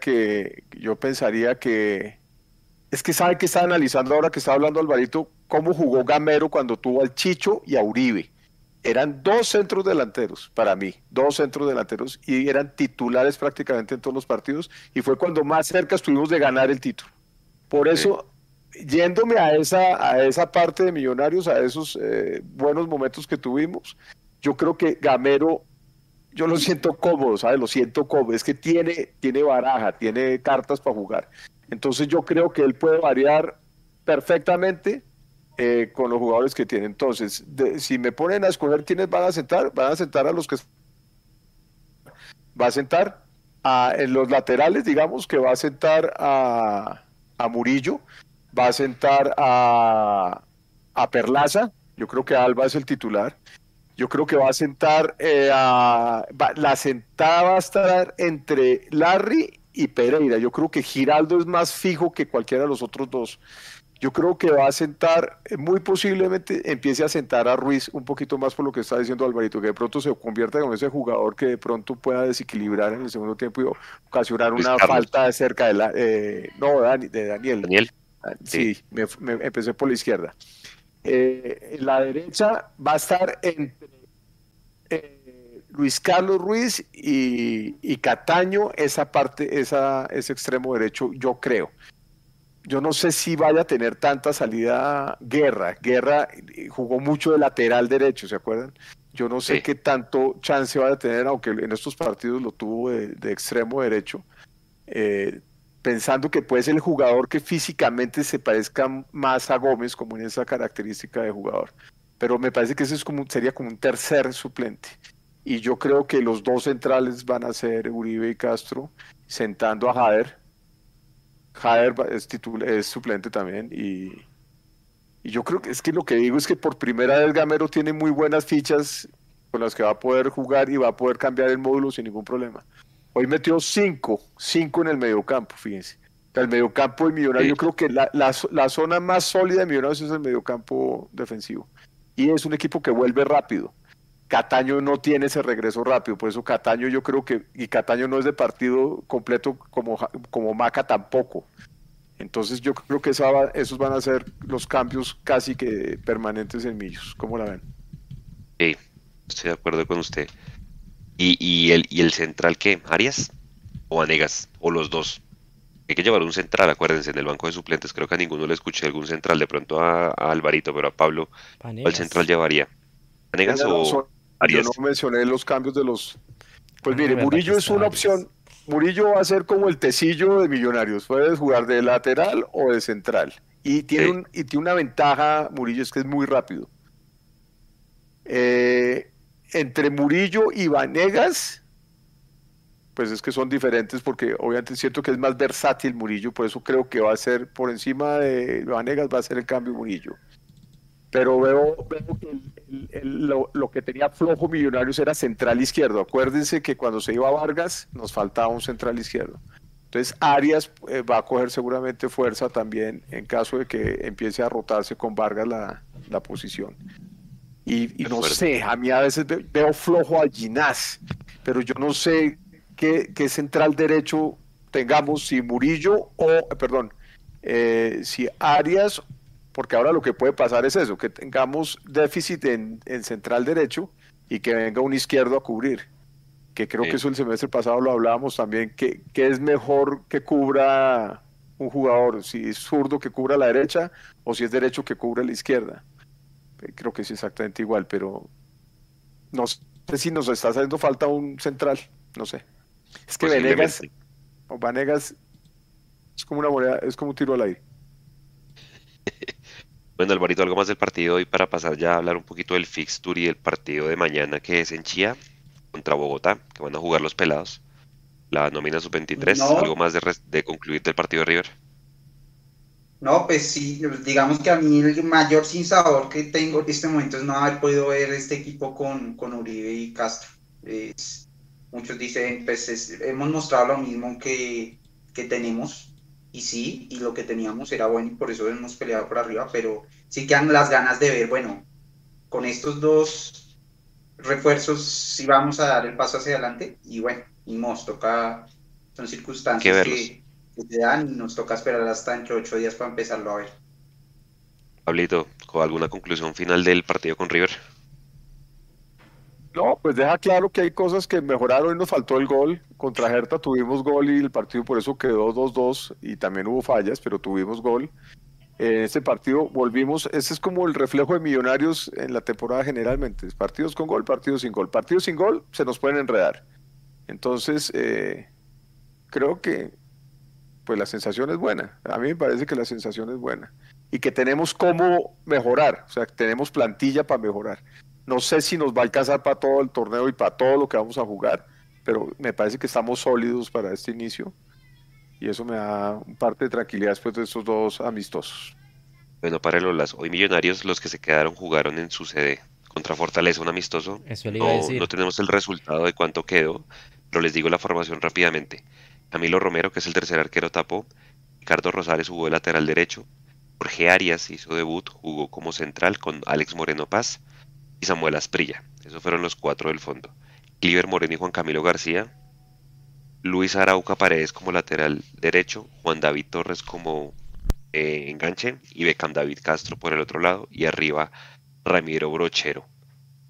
que es que sabe que está analizando ahora que está hablando Alvarito cómo jugó Gamero cuando tuvo al Chicho y a Uribe. Eran 2 centros delanteros para mí, 2 centros delanteros, y eran titulares prácticamente en todos los partidos, y fue cuando más cerca estuvimos de ganar el título. Por
Sí.
eso, yéndome a esa parte de Millonarios, a esos buenos momentos que tuvimos, yo creo que Gamero, yo lo siento cómodo, ¿sabes? Lo siento cómodo. Es que tiene baraja, tiene cartas para jugar. Entonces yo creo que él puede variar perfectamente con los jugadores que tiene. Entonces, si me ponen a escoger quiénes van a sentar a los que va a sentar en los laterales, digamos que va a sentar a Murillo, va a sentar a Perlaza. Yo creo que Alba es el titular. Yo creo que va a sentar la sentada va a estar entre Larry y Pereira. Yo creo que Giraldo es más fijo que cualquiera de los otros dos. Yo creo que va a sentar, muy posiblemente empiece a sentar a Ruiz un poquito más por lo que está diciendo Alvarito, que de pronto se convierta en ese jugador que de pronto pueda desequilibrar en el segundo tiempo y ocasionar
Luis
una
Carlos.
falta cerca de Daniel.
Daniel.
Sí, me empecé por la izquierda. En la derecha va a estar entre Luis Carlos Ruiz y Cataño, esa parte, ese extremo derecho, yo creo. yo no sé si vaya a tener tanta salida Guerra. Guerra jugó mucho de lateral derecho, ¿se acuerdan? Yo no sé
Sí.
qué tanto chance vaya a tener, aunque en estos partidos lo tuvo de extremo derecho, pensando que puede ser el jugador que físicamente se parezca más a Gómez, como en esa característica de jugador. Pero me parece que ese es sería como un tercer suplente. Y yo creo que los dos centrales van a ser Uribe y Castro, sentando a Jader. Jader es suplente también. Y yo creo que es que lo que digo es que por primera vez Gamero tiene muy buenas fichas con las que va a poder jugar y va a poder cambiar el módulo sin ningún problema. Hoy metió cinco en el mediocampo, fíjense. O sea, el mediocampo de Millonarios,
Sí.
yo creo que la zona más sólida de Millonarios es el mediocampo defensivo. Y es un equipo que vuelve rápido. Cataño no tiene ese regreso rápido, por eso Cataño yo creo que, y Cataño no es de partido completo como Maca tampoco. Entonces yo creo que esos van a ser los cambios casi que permanentes en Millos. ¿Cómo la ven?
Sí, estoy de acuerdo con usted. ¿Y el central qué? ¿Arias o Vanegas? ¿O los dos? Hay que llevar un central, acuérdense, en el banco de suplentes. Creo que a ninguno le escuché algún central, de pronto a Alvarito, pero a Pablo, ¿cuál central
Vanegas.
llevaría? ¿Vanegas
Tiene
o
razón, yo no
Arias?
mencioné los cambios de los. Pues
Ah,
mire,
verdad que
Murillo es
está
una
Arias.
opción. Murillo va a ser como el tecillo de Millonarios. Puedes jugar de lateral o de central. Y tiene,
Sí,
y tiene una ventaja, Murillo, es que es muy rápido. Entre Murillo y Vanegas, pues es que son diferentes porque obviamente siento que es más versátil Murillo, por eso creo que va a ser por encima de Vanegas, va a ser el cambio Murillo. Pero veo que lo que tenía flojo Millonarios era central izquierdo. Acuérdense que cuando se iba a Vargas nos faltaba un central izquierdo. Entonces Arias va a coger seguramente fuerza también en caso de que empiece a rotarse con Vargas la posición. Y
de
no
acuerdo.
sé, a mí a veces veo flojo a Ginás, pero yo no sé qué central derecho tengamos, si Murillo o, perdón, si Arias, porque ahora lo que puede pasar es eso, que tengamos déficit en central derecho y que venga un izquierdo a cubrir, que creo que
Sí,
eso el semestre pasado lo hablábamos también, que es mejor que cubra un jugador, si es zurdo que cubra la derecha o si es derecho que cubra la izquierda. Creo que es exactamente igual, pero no sé si nos está haciendo falta un central, no sé. Es que Venegas
posiblemente.
o Vanegas es como una moneda, es como un tiro al aire.
Bueno, Alvarito, algo más del partido hoy para pasar ya a hablar un poquito del fixture y del partido de mañana que es en Chía contra Bogotá, que van a jugar los pelados. La nómina sub-23, algo
No,
más de concluir del partido de River.
no, pues sí, digamos que a mí el mayor sinsabor que tengo en este momento es no haber podido ver este equipo con Uribe y Castro. Muchos dicen, pues hemos mostrado lo mismo que tenemos, y sí, y lo que teníamos era bueno y por eso hemos peleado por arriba, pero sí quedan las ganas de ver, bueno, con estos dos refuerzos sí vamos a dar el paso hacia adelante, y bueno, y nos toca, son
Hay que
circunstancias
verlos.
que te dan y nos toca esperar hasta dentro de 8 días para empezarlo a ver.
Pablito, ¿con alguna conclusión final del partido con River?
No, pues deja claro que hay cosas que mejoraron y nos faltó el gol. Contra Hertha tuvimos gol y el partido por eso quedó 2-2 y también hubo fallas, pero tuvimos gol. En este partido volvimos, ese es como el reflejo de Millonarios en la temporada generalmente, partidos con gol, partidos sin gol. Partidos sin gol se nos pueden enredar. Entonces, creo que pues la sensación es buena. A mí me parece que la sensación es buena. Y que tenemos cómo mejorar, o sea, que tenemos plantilla para mejorar. No sé si nos va a alcanzar para todo el torneo y para todo lo que vamos a jugar, pero me parece que estamos sólidos para este inicio y eso me da un parte de tranquilidad después de estos dos amistosos.
Bueno, para Lolas, hoy Millonarios, los que se quedaron, jugaron en su sede contra Fortaleza, un amistoso.
Eso le iba a
No, no
decir.
tenemos el resultado de cuánto quedó, pero les digo la formación rápidamente. Camilo Romero, que es el tercer arquero, tapó. Ricardo Rosales jugó de lateral derecho. Jorge Arias hizo debut, jugó como central con Alex Moreno Paz y Samuel Asprilla. Esos fueron los cuatro del fondo. Cliver Moreno y Juan Camilo García. Luis Arauca Paredes como lateral derecho. Juan David Torres como enganche. Y Beckham David Castro por el otro lado. Y arriba Ramiro Brochero.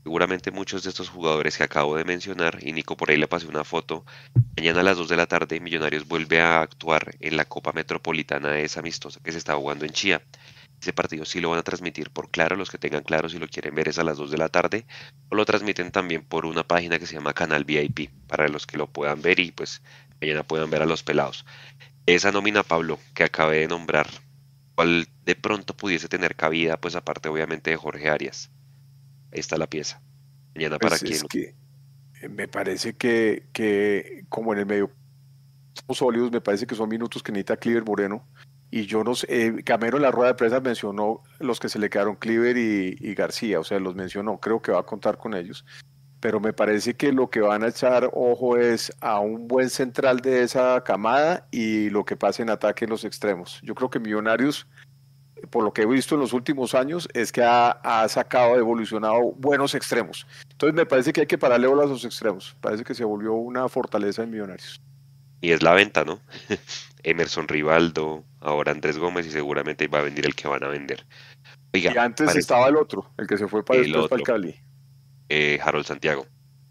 Seguramente muchos de estos jugadores que acabo de mencionar, y Nico por ahí le pasé una foto, mañana a las 2 de la tarde Millonarios vuelve a actuar en la Copa Metropolitana esa amistosa que se está jugando en Chía. Ese partido sí lo van a transmitir por Claro, los que tengan Claro si lo quieren ver es a las 2 de la tarde, o lo transmiten también por una página que se llama Canal VIP, para los que lo puedan ver y pues mañana puedan ver a los pelados. Esa nómina, Pablo, que acabé de nombrar, ¿cuál de pronto pudiese tener cabida? Pues aparte obviamente de Jorge Arias. Ahí está la pieza. Mañana para
Pues es
quien.
que me parece que como en el medio sólidos, me parece que son minutos que necesita Cliver Moreno. Y yo no sé, Gamero en la rueda de prensa mencionó los que se le quedaron, Cliver y García, o sea, los mencionó, creo que va a contar con ellos. Pero me parece que lo que van a echar ojo es a un buen central de esa camada y lo que pase en ataque en los extremos. Yo creo que Millonarios, por lo que he visto en los últimos años, es que ha sacado, evolucionado buenos extremos. Entonces me parece que hay que pararle bolas a los extremos. Parece que se volvió una fortaleza en Millonarios.
Y es la venta, ¿no? Emerson Rivaldo, ahora Andrés Gómez y seguramente va a venir el que van a vender. Oiga,
Y antes
parece
estaba el otro, el que se fue para
el
después para el
otro,
Cali.
Harold Santiago.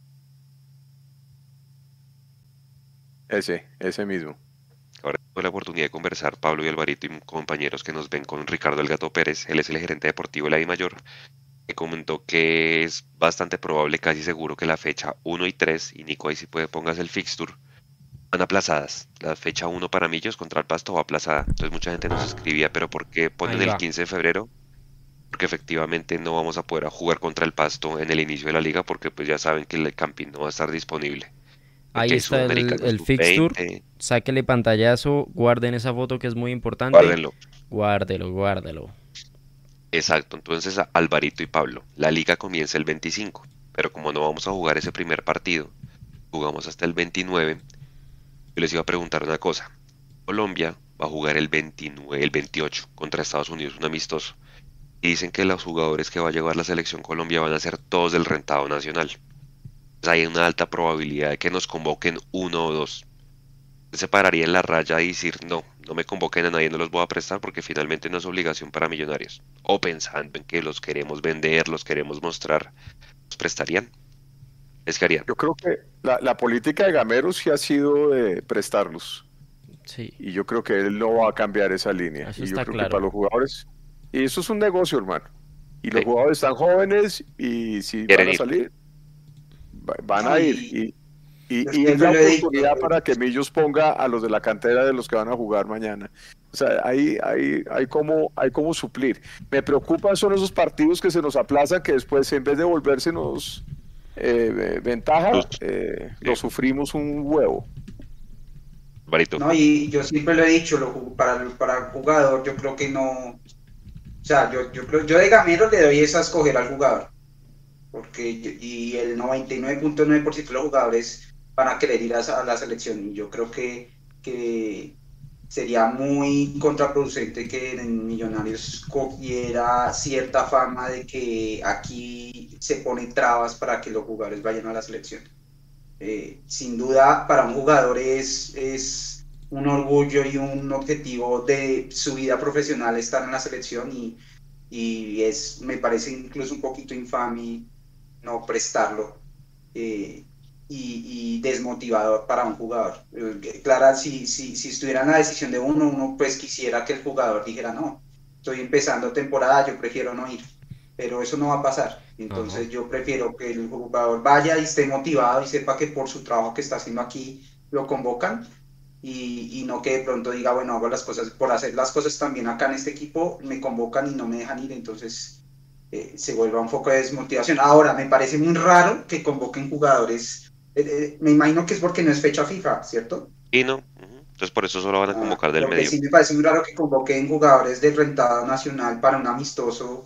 Ese mismo.
Ahora tengo la oportunidad de conversar, Pablo y Alvarito y compañeros que nos ven con Ricardo El Gato Pérez. Él es el gerente deportivo de la DIMAYOR. Me comentó que es bastante probable, casi seguro, que la fecha 1 y 3, y Nico ahí sí puede póngase el fixture, van aplazadas. La fecha 1 para Millos contra el Pasto va aplazada. Entonces mucha gente nos escribía, pero ¿por qué ponen
Ahí
el
va.
15 de febrero? Porque efectivamente no vamos a poder jugar contra el Pasto en el inicio de la liga porque pues ya saben que el Campín no va a estar disponible.
Ahí
Porque hay
está
Sudamericano
el fixture.
Sub-20,
Sáquele pantallazo, guarden esa foto que es muy importante.
guárdenlo.
Guárdelo.
Exacto, entonces Alvarito y Pablo, la liga comienza el 25, pero como no vamos a jugar ese primer partido, jugamos hasta el 29, yo les iba a preguntar una cosa. Colombia va a jugar el 29, el 28 contra Estados Unidos, un amistoso. Y dicen que los jugadores que va a llevar la selección Colombia van a ser todos del rentado nacional. Pues hay una alta probabilidad de que nos convoquen uno o dos. Se pararía en la raya y decir, no me convoquen a nadie, no los voy a prestar porque finalmente no es obligación para Millonarios. O pensando en que los queremos vender, los queremos mostrar, ¿los prestarían? ¿Es que harían?
Yo creo que la política de Gamero sí ha sido de prestarlos.
Sí,
Y yo creo que él no va a cambiar esa línea.
eso
Y yo
está
creo que
claro.
para los jugadores, y eso es un negocio, hermano. Y los
Sí.
jugadores están jóvenes y si
Quieren
van a
ir.
salir, van
No,
a ir.
y
Y
yo
es
siempre
la
lo he dicho,
oportunidad para que Millos ponga a los de la cantera de los que van a jugar mañana. O sea, hay como suplir. Me preocupan son esos partidos que se nos aplazan, que después en vez de volvérsenos ventaja,
Luz.
lo sufrimos un huevo.
Alvarito.
no, y yo siempre lo he dicho, para el jugador, yo creo que no, o sea, yo de Gamero le doy esa a escoger al jugador, porque y el 99.9% de los jugadores van a querer ir a la selección, y yo creo que sería muy contraproducente que en Millonarios cogiera cierta fama de que aquí se ponen trabas para que los jugadores vayan a la selección. Sin duda, para un jugador es un orgullo y un objetivo de su vida profesional estar en la selección y me parece incluso un poquito infame no prestarlo y desmotivador para un jugador. Claro, si estuviera en la decisión de uno pues quisiera que el jugador dijera no, estoy empezando temporada, yo prefiero no ir. Pero eso no va a pasar. Entonces yo prefiero que el jugador vaya y esté motivado y sepa que por su trabajo que está haciendo aquí lo convocan y no que de pronto diga, bueno, hago las cosas, por hacer las cosas también acá en este equipo, me convocan y no me dejan ir, entonces se vuelva un foco de desmotivación. Ahora, me parece muy raro que convoquen jugadores, me imagino que es porque no es fecha FIFA, ¿cierto?
Y no. Entonces por eso solo van a convocar del
Porque
medio.
sí me parece muy raro que convoquen jugadores del rentado nacional para un amistoso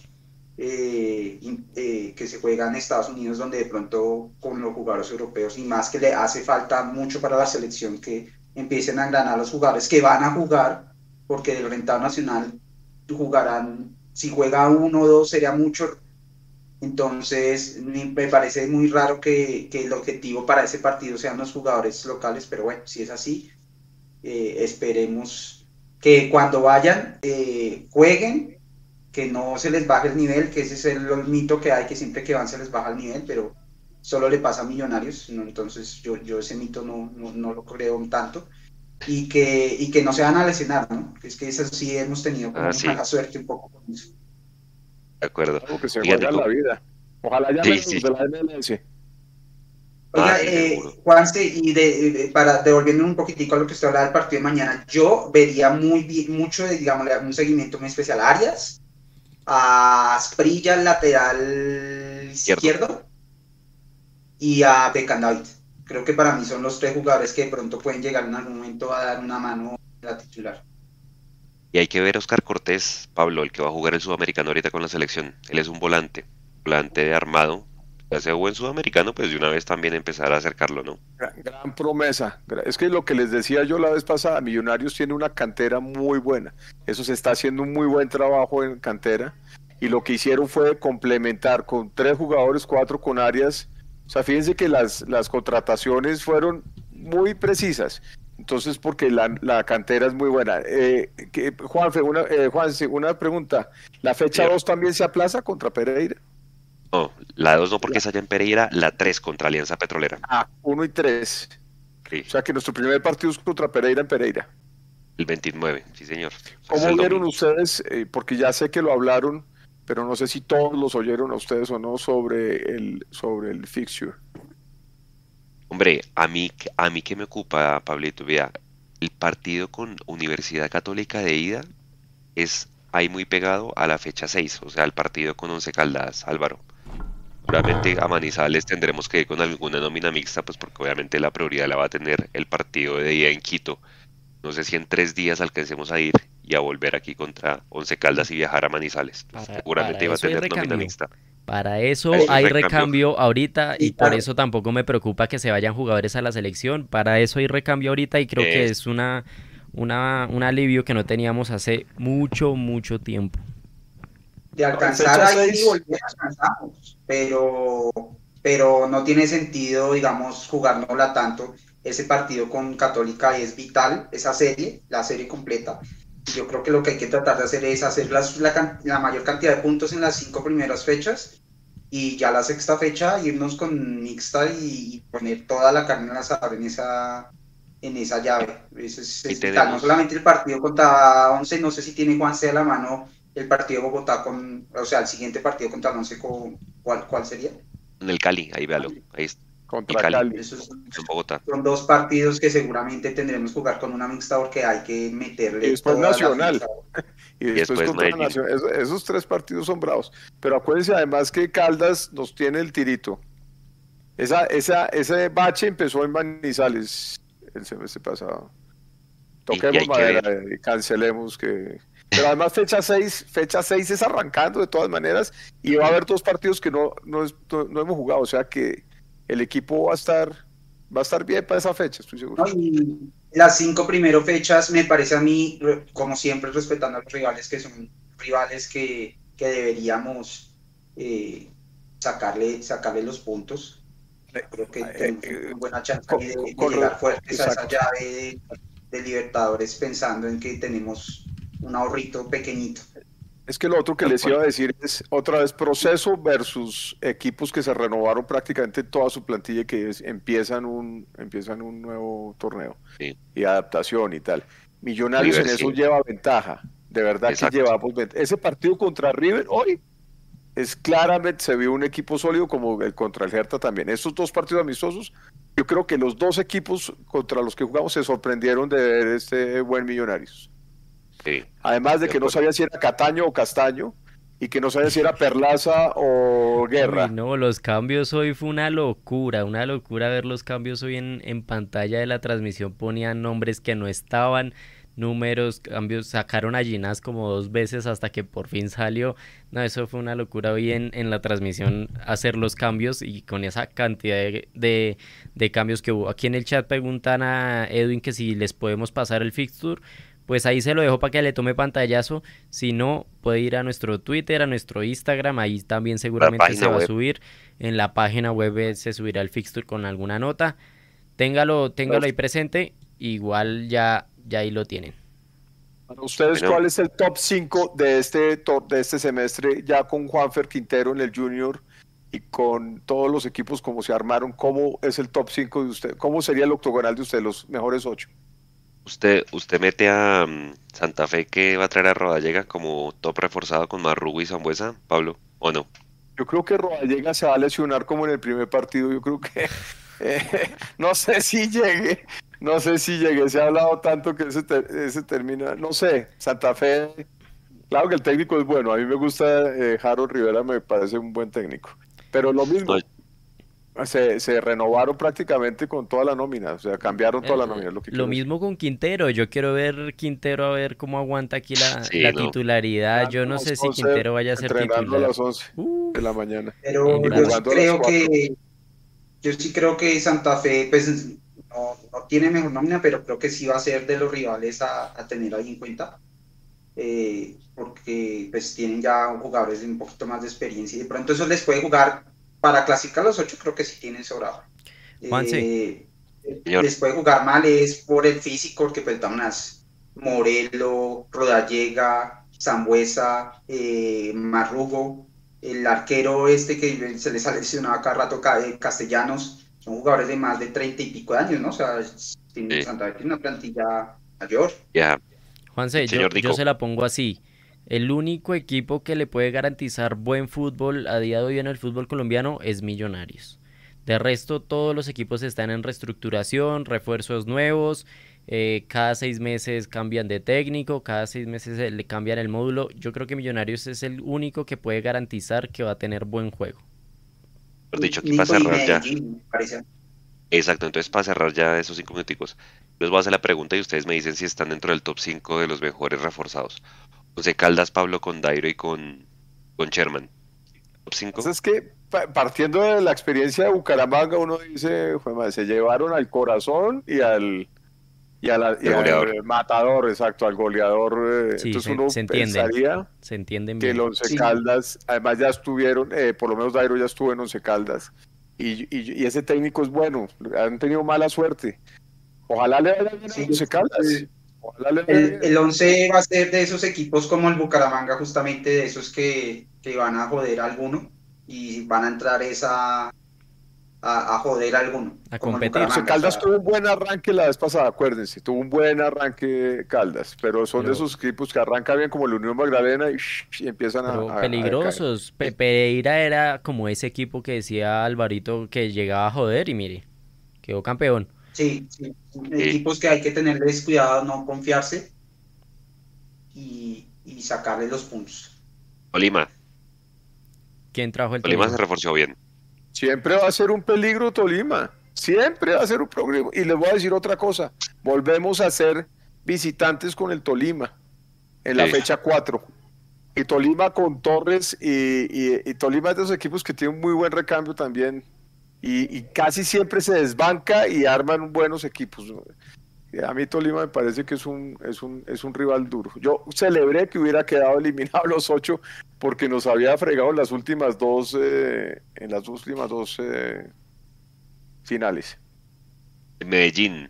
que se juega en Estados Unidos, donde de pronto con los jugadores europeos y más que le hace falta mucho para la selección que empiecen a engranar los jugadores que van a jugar, porque del rentado nacional jugarán, si juega uno o dos sería mucho. Entonces me parece muy raro que el objetivo para ese partido sean los jugadores locales, pero bueno, si es así, esperemos que cuando vayan jueguen que no se les baje el nivel, que ese es el mito que hay, que siempre que van se les baja el nivel, pero solo le pasa a Millonarios, ¿no? Entonces yo ese mito no lo creo un tanto, y que no se van a lesionar, ¿no? Es que eso sí hemos tenido como
Sí,
mala suerte un poco con eso.
de acuerdo.
Algo que se
Oiga,
juega en
Nico,
la vida. Ojalá
sí,
llamen
sí.
los de la MLS.
Oiga,
Sí, seguro.
Juanse, y para devolviendo un poquitico a lo que usted hablaba del partido de mañana, yo vería mucho, digamos, un seguimiento muy especial a Arias, a Asprilla, el lateral izquierdo, y a Beckham David. Creo que para mí son los 3 jugadores que de pronto pueden llegar en algún momento a dar una mano a la titular.
Y hay que ver a Oscar Cortés, Pablo, el que va a jugar el sudamericano ahorita con la selección. Él es un volante de armado. Ya sea buen sudamericano, pues de una vez también empezar a acercarlo, ¿no?
Gran promesa. Es que lo que les decía yo la vez pasada, Millonarios tiene una cantera muy buena. Eso se está haciendo un muy buen trabajo en cantera. Y lo que hicieron fue complementar con 3 jugadores, 4 con Arias. O sea, fíjense que las contrataciones fueron muy precisas. Entonces, porque la cantera es muy buena. Juanfe, una pregunta. ¿La fecha 2 también se aplaza contra Pereira?
No, la 2 no porque es allá en Pereira, la 3 contra Alianza Petrolera.
1 y 3.
Sí.
O sea que nuestro primer partido es contra Pereira en Pereira.
El 29, sí señor.
¿Cómo vieron ustedes? Porque ya sé que lo hablaron, pero no sé si todos los oyeron a ustedes o no sobre el fixture.
Hombre, a mí que me ocupa, Pablito, vea, el partido con Universidad Católica de ida es ahí muy pegado a la fecha 6, o sea, el partido con Once Caldas, Álvaro. Seguramente a Manizales tendremos que ir con alguna nómina mixta, pues porque obviamente la prioridad la va a tener el partido de día en Quito. No sé si en 3 días alcancemos a ir y a volver aquí contra Once Caldas y viajar a Manizales. Pues seguramente iba a tener nómina mixta.
Para eso
Eso
hay
es
recambio ahorita y por
claro.
eso tampoco me preocupa que se vayan jugadores a la selección. Para eso hay recambio ahorita y creo que es un alivio que no teníamos hace mucho tiempo.
De alcanzar ahí y volver alcanzamos, pero no tiene sentido, digamos, jugárnosla tanto. Ese partido con Católica es vital, esa serie, la serie completa. Yo creo que lo que hay que tratar de hacer es hacer la mayor cantidad de puntos en las 5 primeras fechas y ya la sexta fecha irnos con mixta y poner toda la carne al asador en esa llave. Eso es vital. No solamente el partido contra Once, no sé si tiene Juanse a la mano el partido de Bogotá o sea, el siguiente partido contra el Once, ¿cuál sería?
En el Cali, ahí véalo, ahí está.
Contra Cali.
En Bogotá.
Son 2 partidos que seguramente tendremos que jugar con una mixta porque hay que meterle.
Y después
toda
Nacional.
Y
después contra Nacional. Esos 3 partidos son bravos. Pero acuérdense además que Caldas nos tiene el tirito. Ese bache empezó en Manizales el semestre pasado. Toquemos madera y cancelemos que... Pero además fecha 6 es arrancando de todas maneras y va a haber 2 partidos que no hemos jugado, o sea que el equipo va a estar bien para esa fecha, estoy seguro.
No, y las 5 primeras fechas me parece a mí, como siempre, respetando a los rivales, que son rivales que deberíamos sacarle los puntos. Creo que tenemos una buena chance de llegar fuertes a esa llave de Libertadores, pensando en que tenemos un ahorrito pequeñito.
Es que lo otro que les iba a decir es otra vez proceso versus equipos que se renovaron prácticamente toda su plantilla y que empiezan un nuevo torneo y adaptación y tal. Millonarios en eso lleva ventaja, de verdad. Exacto. Que llevamos ventaja. Ese partido contra River hoy es claramente, se vio un equipo sólido como el contra el Hertha también. Estos 2 partidos amistosos, yo creo que los 2 equipos contra los que jugamos se sorprendieron de ver este buen Millonarios.
Sí,
además de que no sabía si era Cataño o Castaño y que no sabía si era Perlaza o Guerra.
Uy, no, los cambios hoy fue una locura ver los cambios hoy en pantalla de la transmisión. Ponían nombres que no estaban, números, cambios, sacaron a Ginás como 2 veces hasta que por fin salió. No, eso fue una locura hoy en la transmisión hacer los cambios y con esa cantidad de cambios que hubo. Aquí en el chat preguntan a Edwin que si les podemos pasar el fixture. Pues ahí se lo dejo para que le tome pantallazo. Si no, puede ir a nuestro Twitter, a nuestro Instagram. Ahí también seguramente se va a subir. En la página web se subirá el fixture con alguna nota. Téngalo ahí presente. Igual ya ahí lo tienen.
Para ustedes,
Bueno,
¿cuál es el top 5 de este semestre, ya con Juanfer Quintero en el Junior y con todos los equipos como se armaron? ¿Cómo es el top 5 de usted? ¿Cómo sería el octogonal de usted, los mejores 8?
usted mete a Santa Fe que va a traer a Rodallega como top reforzado con Marrugo y Sambuesa, Pablo, ¿o no?
Yo creo que Rodallega se va a lesionar como en el primer partido. Yo creo que eh, no sé si llegue, no sé si llegue. Se ha hablado tanto que ese termina, no sé, Santa Fe. Claro que el técnico es bueno. A mí me gusta Harold Rivera, me parece un buen técnico. Pero lo
No,
mismo, se renovaron prácticamente con toda la nómina, o sea, cambiaron toda la nómina, es lo que
Lo
quiero decir.
mismo con Quintero. Yo quiero ver Quintero a ver cómo aguanta aquí
sí,
la
no.
titularidad. Yo
Entrenando a
no
las
sé si
11,
Quintero vaya a ser
entrenando a
titular.
las 11
Uf,
de la mañana
Pero
y
en
yo sí
jugando a las
creo
4.
yo sí creo que Santa Fe, pues no tiene mejor nómina, pero creo que sí va a ser de los rivales a tener ahí en cuenta, porque pues tienen ya jugadores de un poquito más de experiencia y de pronto eso les puede jugar para clasificar los 8, creo que sí tienen sobrado.
Juanse,
Eh,
Señor,
les puede jugar mal es por el físico, porque pues unas Morelo, Rodallega, Sambuesa, Marrugo, el arquero este que se les ha lesionado cada rato, Castellanos, son jugadores de más de 30 y pico de años, ¿no? O sea, Santa Fe tiene una plantilla mayor.
ya,
Juanse,
señor
yo
Nico.
se la pongo así. El único equipo que le puede garantizar buen fútbol a día de hoy en el fútbol colombiano es Millonarios. De resto, todos los equipos están en reestructuración, refuerzos nuevos, cada 6 meses cambian de técnico, cada 6 meses le cambian el módulo. Yo creo que Millonarios es el único que puede garantizar que va a tener buen juego.
Mejor dicho, aquí para
Nico y
cerrar ya.
Medellín, me parece.
Exacto, entonces para cerrar ya esos 5 minuticos, les voy a hacer la pregunta y ustedes me dicen si están dentro del top 5 de los mejores reforzados. Once Caldas, Pablo, con Dairo y con Sherman. ¿Top 5?
Entonces es que partiendo de la experiencia de Bucaramanga, uno dice, "Jue madre, se llevaron al corazón y
El goleador.
al matador, exacto, al goleador.
Sí,
Entonces uno
se entienden,
pensaría
se entienden
que el
bien.
Once
Sí,
Caldas, además ya estuvieron, por lo menos Dairo ya estuvo en Once Caldas, y ese técnico es bueno, han tenido mala suerte. Ojalá le vaya bien a
sí,
Once Caldas, ojalá le vaya
el
bien.
11 va a ser de esos equipos como el Bucaramanga, justamente de esos que van a joder a alguno y van a entrar a joder a alguno,
A
como el
competir.
Once
Bucaramanga. O
Caldas
sea,
tuvo un buen arranque la vez pasada, acuérdense, tuvo un buen arranque Caldas, pero son de
Pero,
esos equipos que arrancan bien como el Unión Magdalena y empiezan
pero
a decaer.
peligrosos. Pereira era como ese equipo que decía Alvarito que llegaba a joder y mire, quedó campeón.
sí, sí, son
Sí.
equipos que hay que tenerles cuidado, no confiarse y sacarle los puntos.
Tolima.
¿Quién trajo el
Tolima se
Tolima?
reforzó bien.
Siempre va a ser un peligro Tolima, siempre va a ser un peligro. Y les voy a decir otra cosa, volvemos a ser visitantes con el Tolima en la
Sí.
fecha 4. Y Tolima con Torres y Tolima es de esos equipos que tienen un muy buen recambio también y casi siempre se desbanca y arman buenos equipos. A mí Tolima me parece que es un rival duro. Yo celebré que hubiera quedado eliminado los 8 porque nos había fregado en las últimas dos, finales.
Medellín.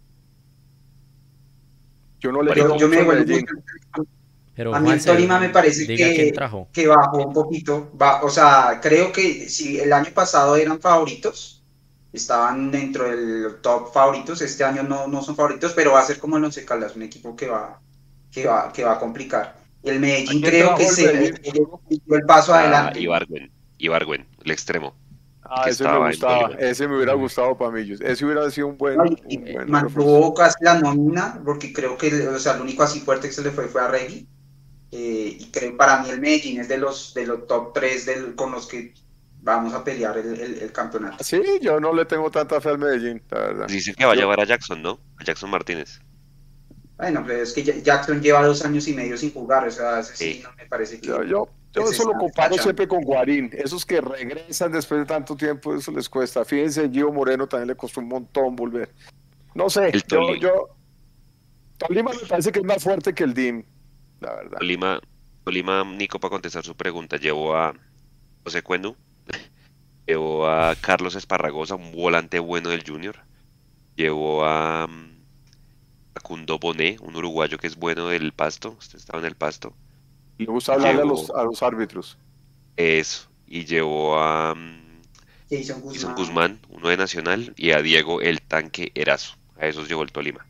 Yo no le
Marico.
creo
Yo
mucho
me
a
vuelvo
Medellín.
Pero
A mí el
Juanse,
Tolima me parece
diga quién trajo.
que bajó un poquito. O sea, creo que si el año pasado eran favoritos, estaban dentro del top favoritos, este año no son favoritos, pero va a ser como el Once Caldas, un equipo que va a complicar. Y el
¿A
Medellín
quién
creo
trajo
que
el Medellín?
dio el paso
A
adelante.
Ibargüen, el extremo, que
Ese me
estaba en
gustaba,
Tolima.
ese me hubiera gustado para mí. Ese hubiera sido un
¿No?
buen refuerzo.
Mantuvo casi la nómina, porque creo que o sea, el único así fuerte que se le fue a Regui. Y creo para mí el Medellín es de los top 3 con los que vamos a pelear el campeonato.
Sí, yo no le tengo tanta fe al Medellín, la verdad.
Dicen que va a
Yo,
llevar a Jackson, ¿no? A Jackson Martínez.
Bueno, pero es que Jackson lleva 2 años y medio sin jugar, o sea, ese sí
Sí.
no me parece
yo,
que
yo, yo
se
eso lo
está
comparo
despachando.
siempre con Guarín. Esos que regresan después de tanto tiempo, eso les cuesta. Fíjense, Gio Moreno también le costó un montón volver. No sé,
El Tolima.
Tolima me parece que es más fuerte que el DIM, la verdad.
Tolima, Nico, para contestar su pregunta, llevó a José Cuendu, llevó a Carlos Esparragosa, un volante bueno del Junior, llevó a Facundo Bonet, un uruguayo que es bueno del Pasto, usted estaba en el Pasto,
Le gusta hablarle a
llevó
los árbitros.
eso, y llevó a
Jason
Jason
Guzmán.
Guzmán, uno de Nacional, y a Diego el Tanque Erazo. A esos llevó el Tolima.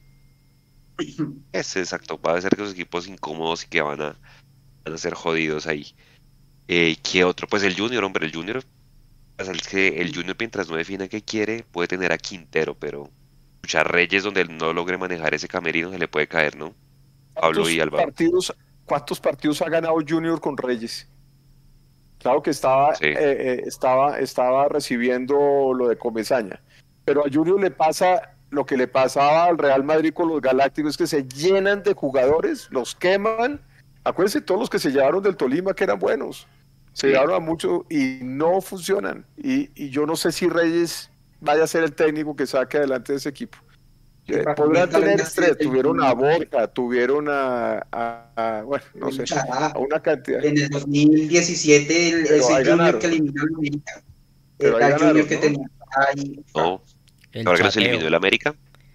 Es exacto, va a ser que los equipos incómodos y que van a ser jodidos ahí. ¿Qué otro? Pues el Junior, hombre, el Junior. Es que el Junior, mientras no defina qué quiere, puede tener a Quintero, pero muchas Reyes donde él no logre manejar ese camerino se le puede caer, ¿no? Pablo y Álvaro.
¿Cuántos partidos ha ganado Junior con Reyes? Claro que
Sí.
estaba recibiendo lo de Comesaña, pero a Junior le pasa lo que le pasaba al Real Madrid con los Galácticos, es que se llenan de jugadores, los queman. Acuérdense todos los que se llevaron del Tolima que eran buenos, se
Sí.
llevaron a muchos y no funcionan. Y yo no sé si Reyes vaya a ser el técnico que saque adelante ese equipo. Podrán tener estrés, tuvieron a Borja, tuvieron bueno, no sé, a una cantidad.
En el 2017,
Pero
ese
ahí
Junior
ganaron,
que
¿no?
eliminó al América.
Pero ahí
Era
ganaron,
Junior que
¿no?
tenía ahí.
No,
El
ahora que nos
chateo.
eliminó el América,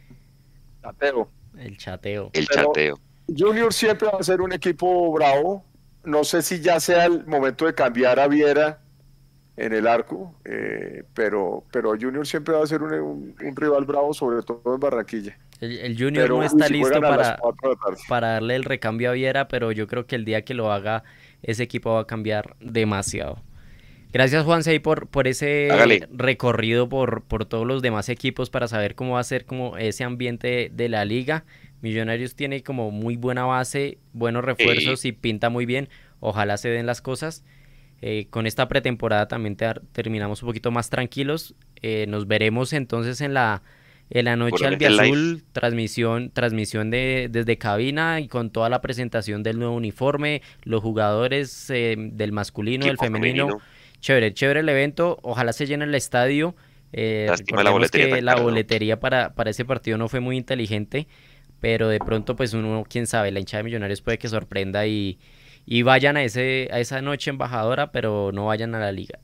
Tateo.
El chateo.
el
Pero
chateo.
Junior siempre va a ser un equipo bravo. No sé si ya sea el momento de cambiar a Viera en el arco, pero Junior siempre va a ser un rival bravo, sobre todo en Barranquilla.
El Junior
Pero
no está
si
listo
juegan a las 4 de la tarde.
para darle el recambio a Viera, pero yo creo que el día que lo haga, ese equipo va a cambiar demasiado. Gracias, Juanse, ahí por ese
Hágale.
recorrido por todos los demás equipos para saber cómo va a ser como ese ambiente de la liga. Millonarios tiene como muy buena base, buenos refuerzos y pinta muy bien. Ojalá se den las cosas. Con esta pretemporada también terminamos un poquito más tranquilos. Nos veremos entonces en la noche
Seguramente live.
albiazul, transmisión desde cabina y con toda la presentación del nuevo uniforme, los jugadores del masculino, del
Equipo
femenino. Chévere el evento, ojalá se llene el estadio.
Lástima la
Recordemos
boletería
que
tan
la
cara, ¿no?
boletería para ese partido no fue muy inteligente, pero de pronto pues uno, quién sabe, la hinchada de Millonarios puede que sorprenda y vayan a esa noche embajadora, pero no vayan a la liga.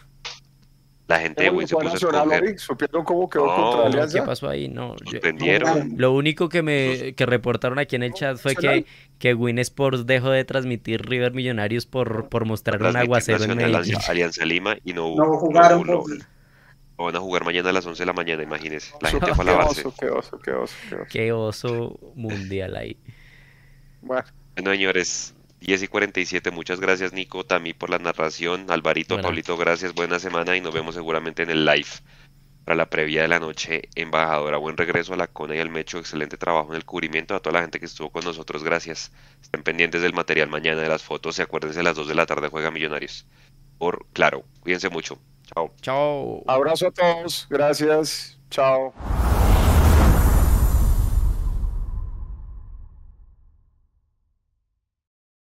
La gente de
¿Cómo
Win
le
se
fue a
puso a
Nacional
escoger.
hoy? ¿Supieron cómo quedó
No,
contra
No,
Alianza?
¿qué pasó ahí? No,
Suspendieron.
lo único que reportaron aquí en el chat fue que Win Sports dejó de transmitir River Millonarios por mostrar un
Transmitir
aguacero en
Nacional,
Medellín.
Alianza Lima y no
No jugaron
lo
por...
van a jugar mañana a las 11 de la mañana, imagínense. La gente
Qué
fue a lavarse.
oso, qué oso.
Qué oso mundial ahí.
Bueno,
Bueno, señores, 10:47. Muchas gracias, Nico, Tami, por la narración. Alvarito,
Bueno.
Pablito, gracias. Buena semana y nos vemos seguramente en el live para la previa de la noche embajadora. Buen regreso a la Cona y al Mecho. Excelente trabajo en el cubrimiento. A toda la gente que estuvo con nosotros, gracias. Estén pendientes del material mañana de las fotos y acuérdense, a las 2 de la tarde juega Millonarios. Claro, cuídense mucho. Chao.
Chao.
abrazo a todos, gracias, chao.